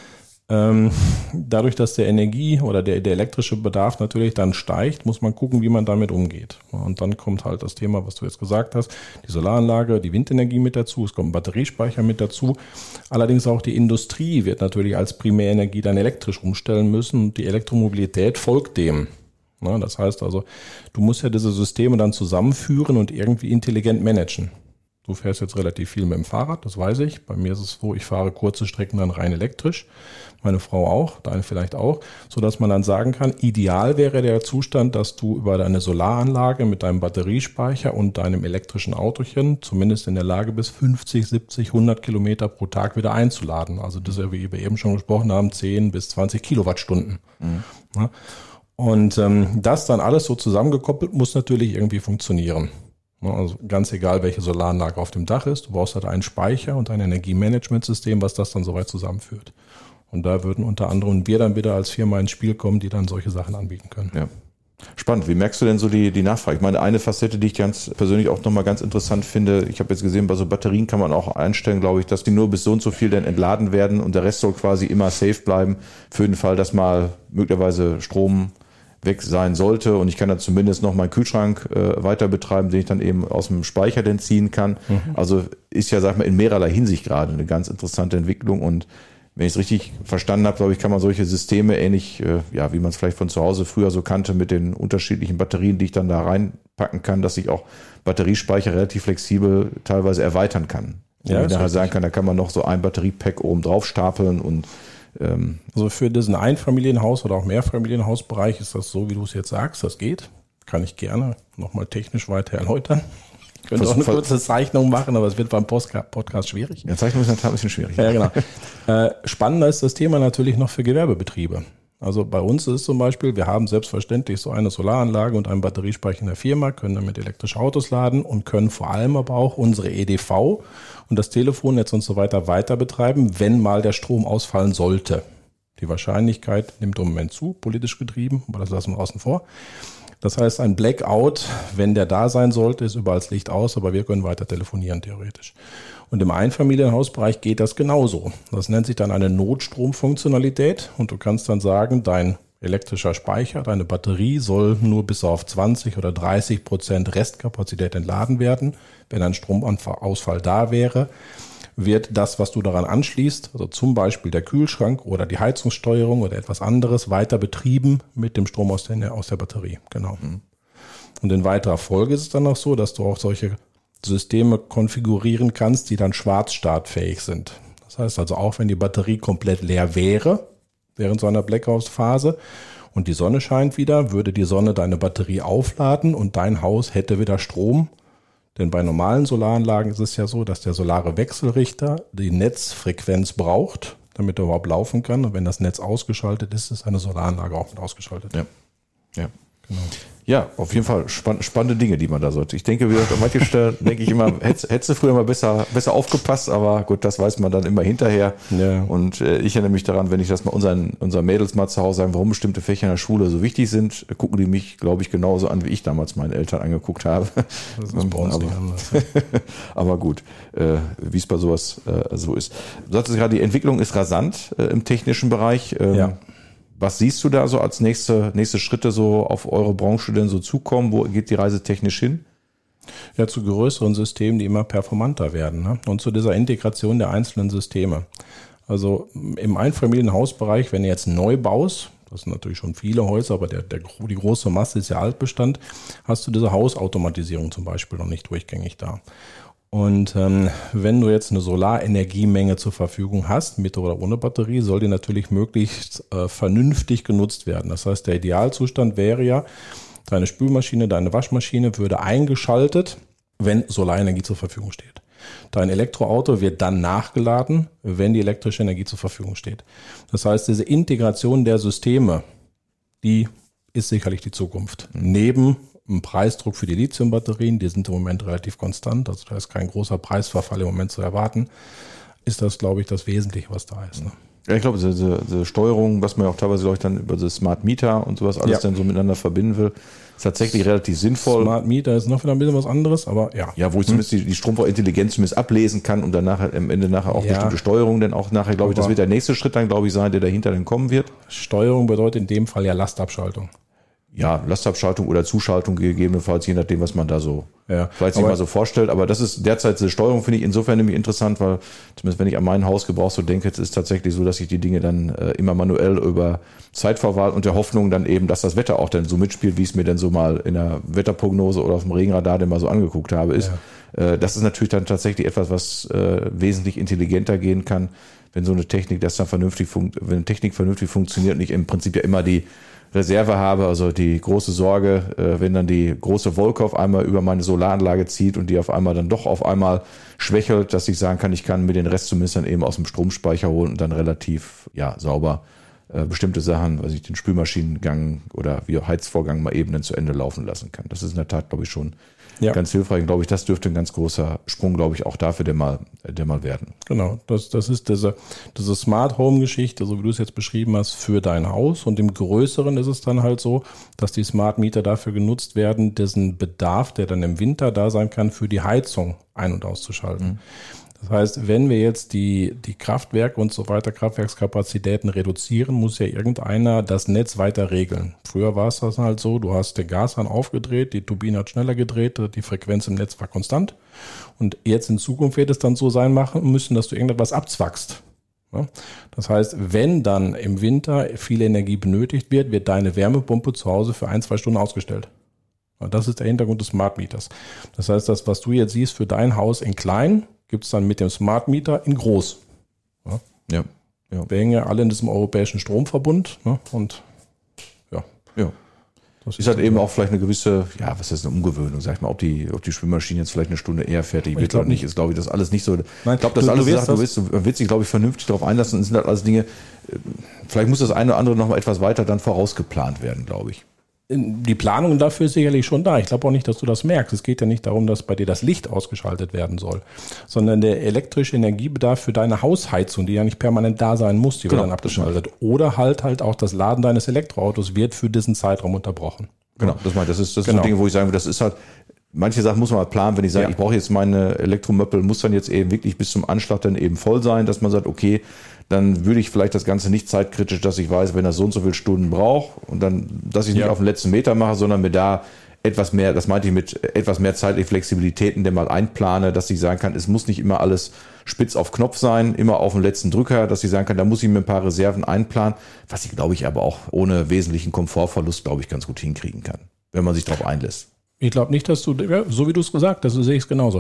Speaker 3: Dadurch, dass der Energie oder der elektrische Bedarf natürlich dann steigt, muss man gucken, wie man damit umgeht. Und dann kommt halt das Thema, was du jetzt gesagt hast, die Solaranlage, die Windenergie mit dazu, es kommt ein Batteriespeicher mit dazu. Allerdings auch die Industrie wird natürlich als Primärenergie dann elektrisch umstellen müssen und die Elektromobilität folgt dem. Das heißt also, du musst ja diese Systeme dann zusammenführen und irgendwie intelligent managen. Du fährst jetzt relativ viel mit dem Fahrrad, das weiß ich. Bei mir ist es so, ich fahre kurze Strecken dann rein elektrisch. Meine Frau auch, deine vielleicht auch, sodass man dann sagen kann, ideal wäre der Zustand, dass du über deine Solaranlage mit deinem Batteriespeicher und deinem elektrischen Autochen zumindest in der Lage bist, 50, 70, 100 Kilometer pro Tag wieder einzuladen. Also das ist ja, wie wir eben schon gesprochen haben, 10 bis 20 Kilowattstunden. Ja. Und das dann alles so zusammengekoppelt muss natürlich irgendwie funktionieren. Also ganz egal, welche Solaranlage auf dem Dach ist, du brauchst halt einen Speicher und ein Energiemanagementsystem, was das dann soweit zusammenführt. Und da würden unter anderem wir dann wieder als Firma ins Spiel kommen, die dann solche Sachen anbieten können.
Speaker 2: Ja. Spannend. Wie merkst du denn so die Nachfrage? Ich meine, eine Facette, die ich ganz persönlich auch nochmal ganz interessant finde, ich habe jetzt gesehen, bei so Batterien kann man auch einstellen, glaube ich, dass die nur bis so und so viel dann entladen werden und der Rest soll quasi immer safe bleiben, für den Fall, dass mal möglicherweise Strom weg sein sollte und ich kann dann zumindest noch meinen Kühlschrank weiter betreiben, den ich dann eben aus dem Speicher dann ziehen kann. Also ist ja, sag ich mal, in mehrerlei Hinsicht gerade eine ganz interessante Entwicklung und wenn ich es richtig verstanden habe, glaube ich, kann man solche Systeme ähnlich, wie man es vielleicht von zu Hause früher so kannte, mit den unterschiedlichen Batterien, die ich dann da reinpacken kann, dass ich auch Batteriespeicher relativ flexibel teilweise erweitern kann. Ja, ich nachher sagen kann, da kann man noch so ein Batteriepack oben drauf stapeln und
Speaker 3: also für diesen Einfamilienhaus- oder auch Mehrfamilienhausbereich ist das so, wie du es jetzt sagst, das geht. Kann ich gerne nochmal technisch weiter erläutern. Ich könnte auch eine kurze Zeichnung machen, aber es wird beim Podcast schwierig.
Speaker 2: Ja, Zeichnung ist natürlich ein bisschen schwierig.
Speaker 3: Ja, genau. Spannender ist das Thema natürlich noch für Gewerbebetriebe. Also bei uns ist es zum Beispiel, wir haben selbstverständlich so eine Solaranlage und einen Batteriespeicher in der Firma, können damit elektrische Autos laden und können vor allem aber auch unsere EDV und das Telefonnetz und so weiter betreiben, wenn mal der Strom ausfallen sollte. Die Wahrscheinlichkeit nimmt im Moment zu, politisch getrieben, aber das lassen wir außen vor. Das heißt, ein Blackout, wenn der da sein sollte, ist überall das Licht aus, aber wir können weiter telefonieren theoretisch. Und im Einfamilienhausbereich geht das genauso. Das nennt sich dann eine Notstromfunktionalität und du kannst dann sagen, dein elektrischer Speicher, deine Batterie soll nur bis auf 20 oder 30% Restkapazität entladen werden. Wenn ein Stromausfall da wäre, wird das, was du daran anschließt, also zum Beispiel der Kühlschrank oder die Heizungssteuerung oder etwas anderes, weiter betrieben mit dem Strom aus der Batterie. Genau. Und in weiterer Folge ist es dann auch so, dass du auch solche Systeme konfigurieren kannst, die dann schwarzstartfähig sind. Das heißt also, auch wenn die Batterie komplett leer wäre, während so einer Blackout-Phase und die Sonne scheint wieder, würde die Sonne deine Batterie aufladen und dein Haus hätte wieder Strom. Denn bei normalen Solaranlagen ist es ja so, dass der solare Wechselrichter die Netzfrequenz braucht, damit er überhaupt laufen kann. Und wenn das Netz ausgeschaltet ist, ist eine Solaranlage auch mit ausgeschaltet.
Speaker 2: Ja. Genau. Ja, auf jeden Fall spannende Dinge, die man da sollte. Ich denke, wie gesagt, an manchen Stellen denke ich immer, hättest du früher mal besser aufgepasst, aber gut, das weiß man dann immer hinterher. Ja. Und ich erinnere mich daran, wenn ich das mal unseren Mädels mal zu Hause sagen, warum bestimmte Fächer in der Schule so wichtig sind, gucken die mich, glaube ich, genauso an, wie ich damals meinen Eltern angeguckt habe.
Speaker 3: Das ist bei uns nicht anders.
Speaker 2: Aber gut, wie es bei sowas so ist. Du sagtest gerade, die Entwicklung ist rasant im technischen Bereich. Ja. Was siehst du da so als nächste Schritte so auf eure Branche denn so zukommen? Wo geht die Reise technisch hin?
Speaker 3: Ja, zu größeren Systemen, die immer performanter werden, ne? Und zu dieser Integration der einzelnen Systeme. Also im Einfamilienhausbereich, wenn du jetzt neu baust, das sind natürlich schon viele Häuser, aber die große Masse ist ja Altbestand, hast du diese Hausautomatisierung zum Beispiel noch nicht durchgängig da. Und wenn du jetzt eine Solarenergiemenge zur Verfügung hast, mit oder ohne Batterie, soll die natürlich möglichst vernünftig genutzt werden. Das heißt, der Idealzustand wäre ja, deine Spülmaschine, deine Waschmaschine würde eingeschaltet, wenn Solarenergie zur Verfügung steht. Dein Elektroauto wird dann nachgeladen, wenn die elektrische Energie zur Verfügung steht. Das heißt, diese Integration der Systeme, die ist sicherlich die Zukunft. Neben dem Preisdruck für die Lithiumbatterien, die sind im Moment relativ konstant, also da ist kein großer Preisverfall im Moment zu erwarten, ist das, glaube ich, das Wesentliche, was da ist. Ne?
Speaker 2: Ja, ich glaube, diese Steuerung, was man ja auch teilweise, glaube ich, dann über das Smart Meter und sowas alles dann so miteinander verbinden will, ist tatsächlich relativ sinnvoll.
Speaker 3: Smart Meter ist noch wieder ein bisschen was anderes, aber ja.
Speaker 2: Ja, wo ich zumindest die Stromverbrauch-Intelligenz zumindest ablesen kann und dann nachher am Ende nachher auch bestimmte Steuerung, dann auch nachher, glaube ich, das wird der nächste Schritt dann, glaube ich, sein, der dahinter dann kommen wird.
Speaker 3: Steuerung bedeutet in dem Fall ja Lastabschaltung.
Speaker 2: Ja, Lastabschaltung oder Zuschaltung gegebenenfalls, je nachdem, was man da so vielleicht sich mal so vorstellt. Aber das ist derzeit diese Steuerung, finde ich insofern nämlich interessant, weil zumindest wenn ich an meinen Hausgebrauch so denke, es ist tatsächlich so, dass ich die Dinge dann immer manuell über Zeitvorwahl und der Hoffnung dann eben, dass das Wetter auch dann so mitspielt, wie ich es mir dann so mal in der Wetterprognose oder auf dem Regenradar dann mal so angeguckt habe, ist. Ja. Das ist natürlich dann tatsächlich etwas, was wesentlich intelligenter gehen kann, wenn so eine Technik das dann wenn Technik vernünftig funktioniert und ich im Prinzip ja immer die Reserve habe, also die große Sorge, wenn dann die große Wolke auf einmal über meine Solaranlage zieht und die auf einmal dann doch auf einmal schwächelt, dass ich sagen kann, ich kann mir den Rest zumindest dann eben aus dem Stromspeicher holen und dann relativ sauber bestimmte Sachen, also ich den Spülmaschinengang oder wie auch Heizvorgang mal eben dann zu Ende laufen lassen kann. Das ist in der Tat, glaube ich, schon ganz hilfreich. Und glaube ich, das dürfte ein ganz großer Sprung, glaube ich, auch dafür der mal werden.
Speaker 3: Genau, das ist diese Smart Home Geschichte, so wie du es jetzt beschrieben hast, für dein Haus. Und im Größeren ist es dann halt so, dass die Smart Meter dafür genutzt werden, diesen Bedarf, der dann im Winter da sein kann, für die Heizung ein- und auszuschalten. Das heißt, wenn wir jetzt die Kraftwerke und so weiter, Kraftwerkskapazitäten reduzieren, muss ja irgendeiner das Netz weiter regeln. Früher war es das halt so, du hast den Gashahn aufgedreht, die Turbine hat schneller gedreht, die Frequenz im Netz war konstant. Und jetzt in Zukunft wird es dann so sein müssen, dass du irgendetwas abzwackst. Ja? Das heißt, wenn dann im Winter viel Energie benötigt wird, wird deine Wärmepumpe zu Hause für 1-2 Stunden ausgestellt. Und das ist der Hintergrund des Smart Meters. Das heißt, das, was du jetzt siehst für dein Haus in klein, gibt es dann mit dem Smart Meter in groß. Ja. Wir hängen ja alle in diesem europäischen Stromverbund. Ne? Und ja.
Speaker 2: Das ist halt eben auch vielleicht eine gewisse, was ist eine Umgewöhnung, sag ich mal, ob die Spülmaschine jetzt vielleicht eine Stunde eher fertig wird oder nicht, ist, glaube ich, das alles nicht so.
Speaker 3: Nein,
Speaker 2: ich glaube, das alles Sachen, du willst dich, glaube ich, vernünftig darauf einlassen und sind halt alles Dinge, vielleicht muss das eine oder andere noch mal etwas weiter dann vorausgeplant werden, glaube ich.
Speaker 3: Die Planung dafür ist sicherlich schon da. Ich glaube auch nicht, dass du das merkst. Es geht ja nicht darum, dass bei dir das Licht ausgeschaltet werden soll, sondern der elektrische Energiebedarf für deine Hausheizung, die ja nicht permanent da sein muss, die wird dann abgeschaltet. Oder halt auch das Laden deines Elektroautos wird für diesen Zeitraum unterbrochen.
Speaker 2: Genau, das ist so ein Ding, wo ich sagen würde, das ist halt, manche Sachen muss man halt planen, wenn ich sage, ich brauche jetzt meine Elektromöppel, muss dann jetzt eben wirklich bis zum Anschlag dann eben voll sein, dass man sagt, okay, dann würde ich vielleicht das Ganze nicht zeitkritisch, dass ich weiß, wenn er so und so viele Stunden braucht und dann, dass ich nicht auf den letzten Meter mache, sondern mir da etwas mehr, das meinte ich mit etwas mehr zeitliche Flexibilitäten, der mal einplane, dass ich sagen kann, es muss nicht immer alles spitz auf Knopf sein, immer auf den letzten Drücker, dass ich sagen kann, da muss ich mir ein paar Reserven einplanen, was ich, glaube ich, aber auch ohne wesentlichen Komfortverlust, glaube ich, ganz gut hinkriegen kann, wenn man sich darauf einlässt.
Speaker 3: Ich glaube nicht, dass du, so wie du es gesagt hast, so sehe ich es genauso.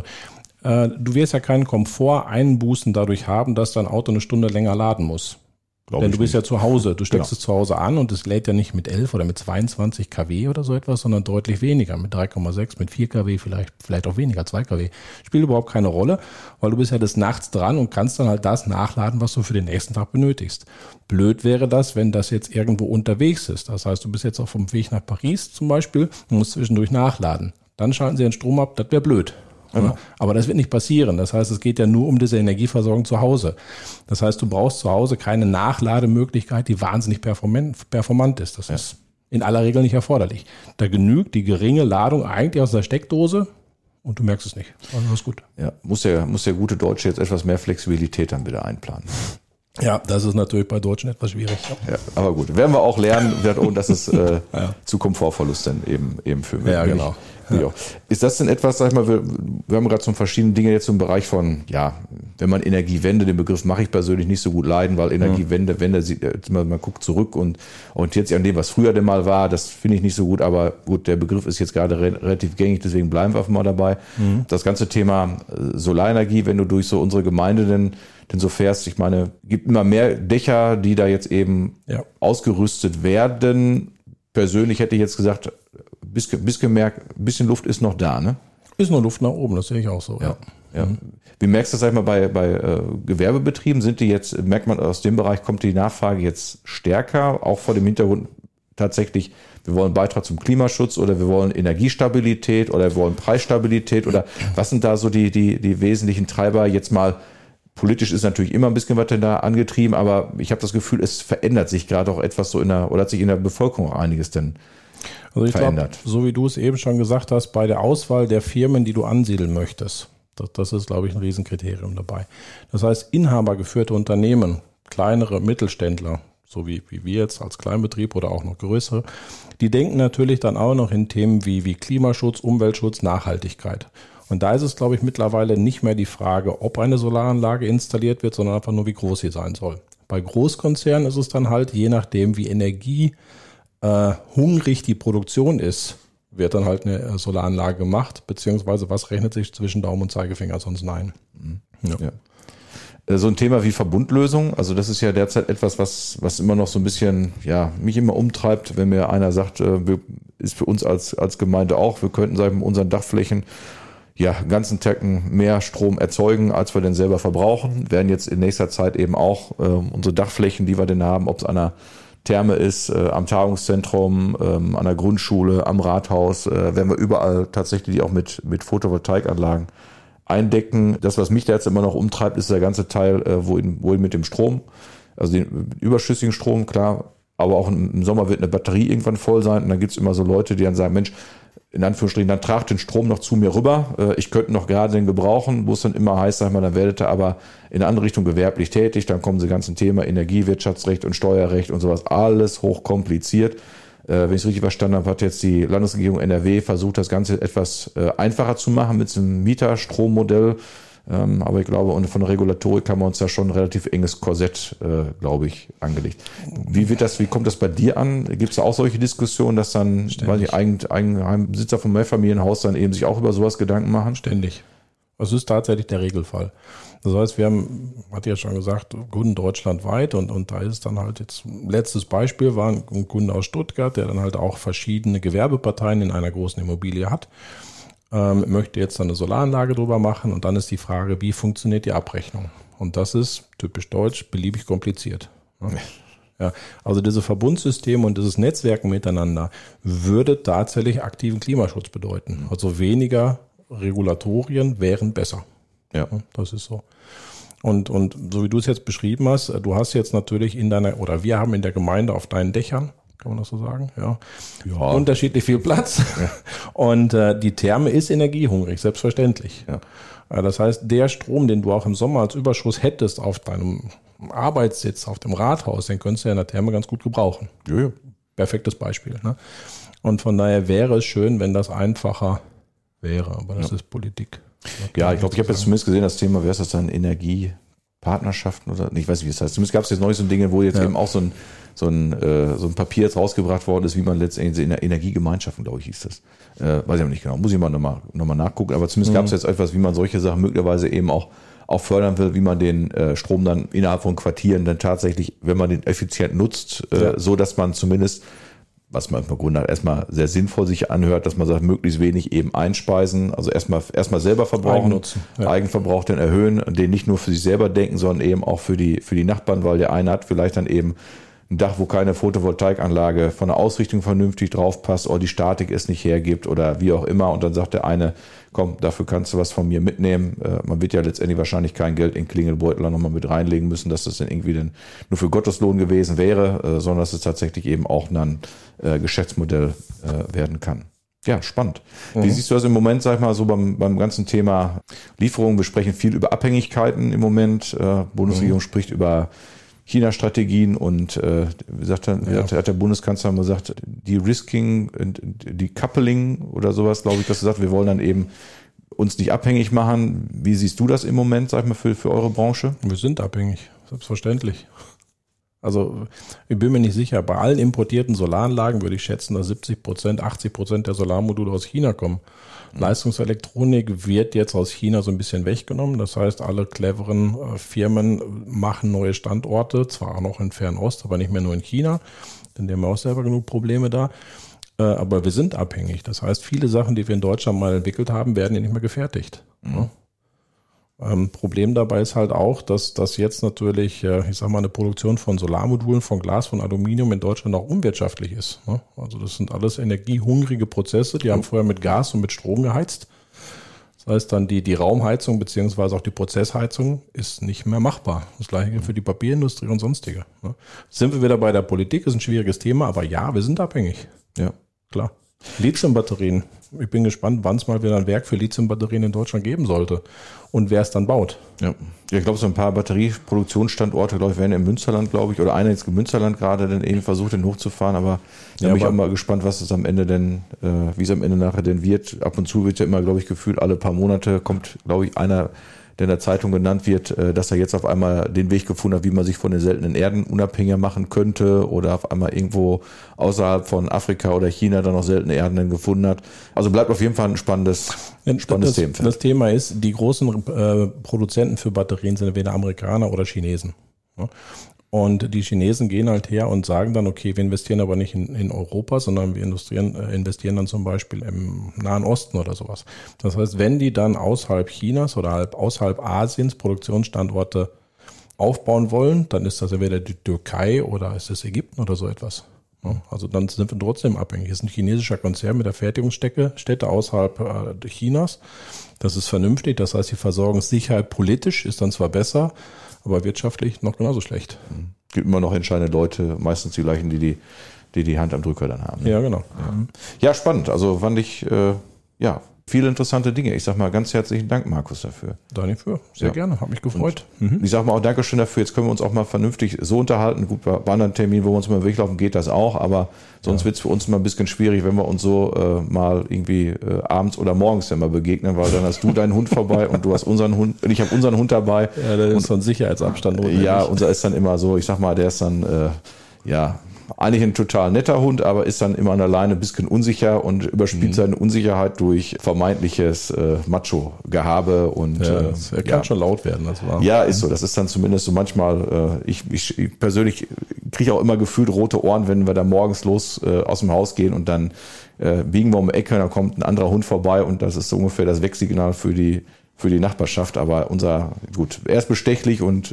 Speaker 3: Du wirst ja keinen Komfort einbußen dadurch haben, dass dein Auto eine Stunde länger laden muss. Denn du bist ja zu Hause, du steckst es zu Hause an und es lädt ja nicht mit 11 oder mit 22 kW oder so etwas, sondern deutlich weniger, mit 3,6, mit 4 kW, vielleicht auch weniger, 2 kW. Spielt überhaupt keine Rolle, weil du bist ja des Nachts dran und kannst dann halt das nachladen, was du für den nächsten Tag benötigst. Blöd wäre das, wenn das jetzt irgendwo unterwegs ist. Das heißt, du bist jetzt auf dem Weg nach Paris zum Beispiel und musst zwischendurch nachladen. Dann schalten sie den Strom ab, das wäre blöd. Genau. Aber das wird nicht passieren. Das heißt, es geht ja nur um diese Energieversorgung zu Hause. Das heißt, du brauchst zu Hause keine Nachlademöglichkeit, die wahnsinnig performant ist. Das ist in aller Regel nicht erforderlich. Da genügt die geringe Ladung eigentlich aus der Steckdose und du merkst es nicht. Also das ist gut.
Speaker 2: Ja, muss der gute Deutsche jetzt etwas mehr Flexibilität dann wieder einplanen.
Speaker 3: Ja, das ist natürlich bei Deutschen etwas schwierig.
Speaker 2: Ja, aber gut, werden wir auch lernen, ohne dass es zu Komfortverlust dann eben führen wird.
Speaker 3: Ja, genau.
Speaker 2: Ja. Ist das denn etwas, sag ich mal, wir haben gerade so verschiedene Dinge jetzt im Bereich von, wenn man Energiewende, den Begriff mache ich persönlich nicht so gut leiden, weil Energiewende, man guckt zurück und orientiert sich an dem, was früher denn mal war, das finde ich nicht so gut, aber gut, der Begriff ist jetzt gerade relativ gängig, deswegen bleiben wir einfach mal dabei. Das ganze Thema Solarenergie, wenn du durch so unsere Gemeinde denn so fährst, ich meine, gibt immer mehr Dächer, die da jetzt eben ausgerüstet werden. Persönlich hätte ich jetzt gesagt, bis gemerkt, ein bisschen Luft ist noch da, ne?
Speaker 3: Ist noch Luft nach oben, das sehe ich auch so. Ja.
Speaker 2: Wie merkst du das, sag ich mal, bei Gewerbebetrieben? Merkt man aus dem Bereich, kommt die Nachfrage jetzt stärker, auch vor dem Hintergrund tatsächlich, wir wollen Beitrag zum Klimaschutz oder wir wollen Energiestabilität oder wir wollen Preisstabilität oder was sind da so die wesentlichen Treiber jetzt mal Politisch ist natürlich immer ein bisschen was denn da angetrieben, aber ich habe das Gefühl, es verändert sich gerade auch etwas so oder hat sich in der Bevölkerung auch einiges denn verändert.
Speaker 3: Glaub, so wie du es eben schon gesagt hast, bei der Auswahl der Firmen, die du ansiedeln möchtest, das ist, glaube ich, ein Riesenkriterium dabei. Das heißt, inhabergeführte Unternehmen, kleinere Mittelständler, so wie wir jetzt als Kleinbetrieb oder auch noch größere, die denken natürlich dann auch noch in Themen wie Klimaschutz, Umweltschutz, Nachhaltigkeit. Und da ist es, glaube ich, mittlerweile nicht mehr die Frage, ob eine Solaranlage installiert wird, sondern einfach nur, wie groß sie sein soll. Bei Großkonzernen ist es dann halt, je nachdem, wie energiehungrig die Produktion ist, wird dann halt eine Solaranlage gemacht, beziehungsweise was rechnet sich zwischen Daumen und Zeigefinger, sonst nein.
Speaker 2: Ja. So ein Thema wie Verbundlösung, also das ist ja derzeit etwas, was immer noch so ein bisschen, mich immer umtreibt, wenn mir einer sagt, ist für uns als Gemeinde auch, wir könnten sagen, mit unseren Dachflächen einen ganzen Tacken mehr Strom erzeugen, als wir denn selber verbrauchen, werden jetzt in nächster Zeit eben auch unsere Dachflächen, die wir denn haben, ob es an der Therme ist, am Tagungszentrum, an der Grundschule, am Rathaus, werden wir überall tatsächlich die auch mit Photovoltaikanlagen eindecken. Das, was mich da jetzt immer noch umtreibt, ist der ganze Teil, wohin mit dem Strom, also den überschüssigen Strom, klar, aber auch im Sommer wird eine Batterie irgendwann voll sein und dann gibt's immer so Leute, die dann sagen, Mensch, in Anführungsstrichen, dann tragt den Strom noch zu mir rüber, ich könnte noch gerade den gebrauchen, wo es dann immer heißt, sag mal, dann werdet ihr aber in eine andere Richtung gewerblich tätig, dann kommen sie ganzen Thema Energiewirtschaftsrecht und Steuerrecht und sowas, alles hochkompliziert. Wenn ich es richtig verstanden habe, hat jetzt die Landesregierung NRW versucht, das Ganze etwas einfacher zu machen mit einem Mieterstrommodell. Aber ich glaube, und von der Regulatorik haben wir uns da schon ein relativ enges Korsett, glaube ich, angelegt. Wie kommt das bei dir an? Gibt es da auch solche Diskussionen, dass dann Eigenbesitzer vom Mehrfamilienhaus dann eben sich auch über sowas Gedanken machen?
Speaker 3: Ständig. Das ist tatsächlich der Regelfall. Das heißt, wir haben, hatte ja schon gesagt, Kunden deutschlandweit und da ist dann halt jetzt, letztes Beispiel war ein Kunde aus Stuttgart, der dann halt auch verschiedene Gewerbeparteien in einer großen Immobilie hat, möchte jetzt dann eine Solaranlage drüber machen und dann ist die Frage, wie funktioniert die Abrechnung? Und das ist typisch deutsch, beliebig kompliziert. Ja, also diese Verbundsysteme und dieses Netzwerken miteinander würde tatsächlich aktiven Klimaschutz bedeuten. Also weniger Regulatorien wären besser. Ja, das ist so. Und so wie du es jetzt beschrieben hast, du hast jetzt natürlich wir haben in der Gemeinde auf deinen Dächern, kann man das so sagen? Ja. Unterschiedlich viel Platz. Ja. Und die Therme ist energiehungrig, selbstverständlich. Ja. Das heißt, der Strom, den du auch im Sommer als Überschuss hättest auf deinem Arbeitssitz, auf dem Rathaus, den könntest du ja in der Therme ganz gut gebrauchen. Ja. Perfektes Beispiel. Ne? Und von daher wäre es schön, wenn das einfacher wäre, aber das ist Politik.
Speaker 2: Ja, ich glaube, ich habe jetzt zumindest gesehen, das Thema, wer ist das dann, Energiepartnerschaften oder, ich weiß nicht, wie es heißt. Zumindest gab es jetzt neulich so Dinge, wo jetzt eben auch so ein Papier jetzt rausgebracht worden ist, wie man letztendlich in der Energiegemeinschaften, glaube ich, hieß das. Weiß ich aber nicht genau, muss ich mal nochmal nachgucken, aber zumindest gab es jetzt etwas, wie man solche Sachen möglicherweise eben auch fördern will, wie man den Strom dann innerhalb von Quartieren dann tatsächlich, wenn man den effizient nutzt, so dass man zumindest, was man im Grunde erstmal sehr sinnvoll sich anhört, dass man sagt, möglichst wenig eben einspeisen, also erstmal selber verbrauchen, Eigenverbrauch dann erhöhen, den nicht nur für sich selber denken, sondern eben auch für die Nachbarn, weil der eine hat vielleicht dann eben ein Dach, wo keine Photovoltaikanlage von der Ausrichtung vernünftig drauf passt oder die Statik es nicht hergibt oder wie auch immer und dann sagt der eine, komm, dafür kannst du was von mir mitnehmen. Man wird ja letztendlich wahrscheinlich kein Geld in Klingelbeutel nochmal mit reinlegen müssen, dass das dann irgendwie dann nur für Gotteslohn gewesen wäre, sondern dass es tatsächlich eben auch ein Geschäftsmodell werden kann. Ja, spannend. Wie siehst du das im Moment, sag ich mal, so beim ganzen Thema Lieferungen? Wir sprechen viel über Abhängigkeiten im Moment. Bundesregierung spricht über China-Strategien und hat der Bundeskanzler mal gesagt, De-Risking und Decoupling oder sowas, glaube ich, dass er sagt, wir wollen dann eben uns nicht abhängig machen. Wie siehst du das im Moment, sag ich mal, für eure Branche?
Speaker 3: Wir sind abhängig, selbstverständlich. Also ich bin mir nicht sicher, bei allen importierten Solaranlagen würde ich schätzen, dass 70%, 80% der Solarmodule aus China kommen. Leistungselektronik wird jetzt aus China so ein bisschen weggenommen. Das heißt, alle cleveren Firmen machen neue Standorte, zwar auch noch in Fernost, aber nicht mehr nur in China, denn die haben auch selber genug Probleme da. Aber wir sind abhängig. Das heißt, viele Sachen, die wir in Deutschland mal entwickelt haben, werden ja nicht mehr gefertigt. Mhm. Problem dabei ist halt auch, dass das jetzt natürlich, eine Produktion von Solarmodulen, von Glas, von Aluminium in Deutschland auch unwirtschaftlich ist. Also das sind alles energiehungrige Prozesse, die haben vorher mit Gas und mit Strom geheizt. Das Das heißt dann, die Raumheizung beziehungsweise auch die Prozessheizung ist nicht mehr machbar. Das gleiche gilt für die Papierindustrie und sonstige. Sind wir wieder bei der Politik, ist ein schwieriges Thema, aber ja, wir sind abhängig.
Speaker 2: Ja.
Speaker 3: Klar. Lithiumbatterien. Ich bin gespannt, wann es mal wieder ein Werk für Lithiumbatterien in Deutschland geben sollte und wer es dann baut.
Speaker 2: Ja, ich glaube, so ein paar Batterieproduktionsstandorte, glaube ich, werden im Münsterland, glaube ich, oder einer jetzt im Münsterland gerade dann eben versucht, den hochzufahren, aber da bin ich auch mal gespannt, was es am Ende denn, wie es am Ende nachher denn wird. Ab und zu wird ja immer, glaube ich, gefühlt alle paar Monate kommt, glaube ich, einer, der in der Zeitung genannt wird, dass er jetzt auf einmal den Weg gefunden hat, wie man sich von den seltenen Erden unabhängiger machen könnte oder auf einmal irgendwo außerhalb von Afrika oder China dann noch seltene Erden dann gefunden hat. Also bleibt auf jeden Fall ein spannendes Themenfeld.
Speaker 3: Das Thema ist, die großen Produzenten für Batterien sind entweder Amerikaner oder Chinesen. Ja? Und die Chinesen gehen halt her und sagen dann, okay, wir investieren aber nicht in Europa, sondern wir investieren dann zum Beispiel im Nahen Osten oder sowas. Das heißt, wenn die dann außerhalb Chinas oder außerhalb Asiens Produktionsstandorte aufbauen wollen, dann ist das entweder die Türkei oder ist es Ägypten oder so etwas. Also dann sind wir trotzdem abhängig. Es ist ein chinesischer Konzern mit der Fertigungsstätte außerhalb Chinas. Das ist vernünftig. Das heißt, die Versorgungssicherheit politisch ist dann zwar besser, aber wirtschaftlich noch genauso schlecht.
Speaker 2: Gibt immer noch entscheidende Leute, meistens die gleichen, die Hand am Drücker dann haben.
Speaker 3: Ja, genau.
Speaker 2: Ja, spannend. Also fand ich, viele interessante Dinge. Ich sag mal ganz herzlichen Dank, Markus, dafür.
Speaker 3: Dafür, sehr gerne, hat mich gefreut.
Speaker 2: Ich sag mal auch Dankeschön dafür. Jetzt können wir uns auch mal vernünftig so unterhalten. Gut, bei anderen Terminen, wo wir uns mal weglaufen, geht das auch, aber sonst wird's für uns mal ein bisschen schwierig, wenn wir uns so mal irgendwie abends oder morgens dann mal begegnen, weil dann hast du deinen Hund vorbei und du hast unseren Hund und ich habe unseren Hund dabei.
Speaker 3: Ja, da ist so ein Sicherheitsabstand.
Speaker 2: Ja, unser ist dann immer so, ich sag mal, der ist dann, eigentlich ein total netter Hund, aber ist dann immer an der Leine ein bisschen unsicher und überspielt seine Unsicherheit durch vermeintliches Macho-Gehabe. Und
Speaker 3: er kann schon laut werden. Das war.
Speaker 2: Ja, ist so. Das ist dann zumindest so manchmal, ich persönlich kriege auch immer gefühlt rote Ohren, wenn wir da morgens los aus dem Haus gehen und dann biegen wir um die Ecke und dann kommt ein anderer Hund vorbei und das ist so ungefähr das Wegsignal für die Nachbarschaft, aber er ist bestechlich und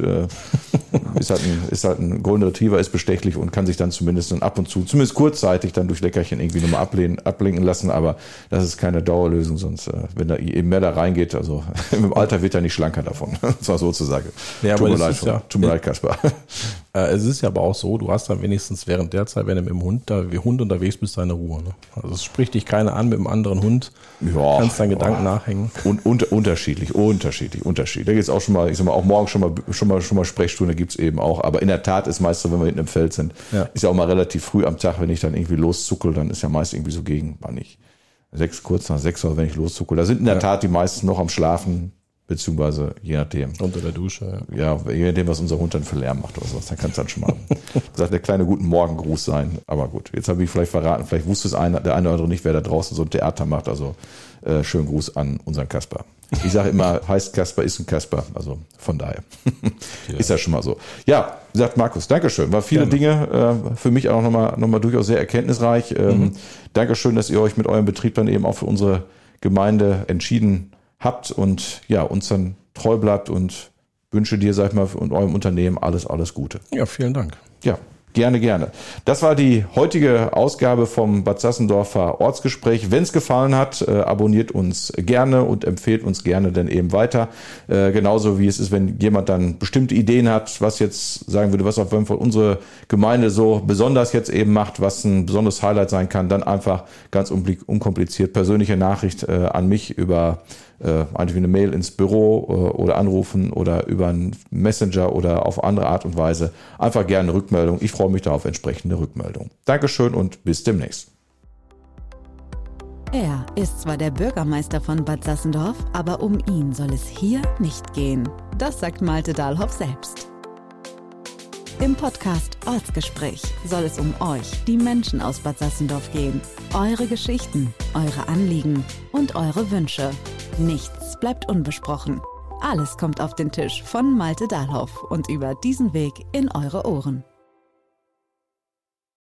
Speaker 2: ist halt ein Golden Retriever, ist bestechlich und kann sich dann zumindest dann ab und zu, zumindest kurzzeitig dann durch Leckerchen irgendwie nochmal ablenken lassen, aber das ist keine Dauerlösung, sonst, wenn da eben mehr da reingeht, also im Alter wird er nicht schlanker davon, das war sozusagen.
Speaker 3: Ja,
Speaker 2: tut mir leid, Kaspar.
Speaker 3: Es ist ja aber auch so, du hast dann wenigstens während der Zeit, wenn du mit dem Hund unterwegs bist, deine Ruhe. Ne? Also es spricht dich keiner an mit einem anderen Hund, kannst deinen Gedanken nachhängen.
Speaker 2: Und unterschiedlich. Da geht's auch schon mal, ich sag mal, auch morgen schon mal Sprechstunde gibt's eben auch. Aber in der Tat ist meist so, wenn wir hinten im Feld sind, ist ja auch mal relativ früh am Tag, wenn ich dann irgendwie loszuckel, dann ist ja meist irgendwie so kurz nach 6 Uhr, wenn ich loszuckel. Da sind in der Tat die meisten noch am Schlafen, beziehungsweise je nachdem.
Speaker 3: Unter der Dusche,
Speaker 2: ja. Ja, je nachdem, was unser Hund dann für Lärm macht oder sowas. Dann kann es dann schon mal sagt der kleine Guten Morgen-Gruß sein. Aber gut, jetzt habe ich vielleicht verraten, vielleicht wusste der eine oder andere nicht, wer da draußen so ein Theater macht. Also schönen Gruß an unseren Kaspar. Ich sage immer, heißt Kaspar, ist ein Kaspar. Also von daher ist ja schon mal so. Ja, wie gesagt, Markus, Dankeschön. War viele Dinge für mich auch nochmal durchaus sehr erkenntnisreich. Dankeschön, dass ihr euch mit eurem Betrieb dann eben auch für unsere Gemeinde entschieden habt und ja, uns dann treu bleibt und wünsche dir, sag ich mal, und eurem Unternehmen alles Gute.
Speaker 3: Ja, vielen Dank.
Speaker 2: Ja, gerne. Das war die heutige Ausgabe vom Bad Sassendorfer Ortsgespräch. Wenn es gefallen hat, abonniert uns gerne und empfehlt uns gerne dann eben weiter. Genauso wie es ist, wenn jemand dann bestimmte Ideen hat, was jetzt sagen würde, was auf jeden Fall unsere Gemeinde so besonders jetzt eben macht, was ein besonderes Highlight sein kann, dann einfach ganz unkompliziert persönliche Nachricht an mich über einfach eine Mail ins Büro oder anrufen oder über einen Messenger oder auf andere Art und Weise. Einfach gerne eine Rückmeldung. Ich freue mich da auf entsprechende Rückmeldung. Dankeschön und bis demnächst.
Speaker 1: Er ist zwar der Bürgermeister von Bad Sassendorf, aber um ihn soll es hier nicht gehen. Das sagt Malte Dahlhoff selbst. Im Podcast Ortsgespräch soll es um euch, die Menschen aus Bad Sassendorf gehen. Eure Geschichten, eure Anliegen und eure Wünsche. Nichts bleibt unbesprochen. Alles kommt auf den Tisch von Malte Dahlhoff und über diesen Weg in eure Ohren.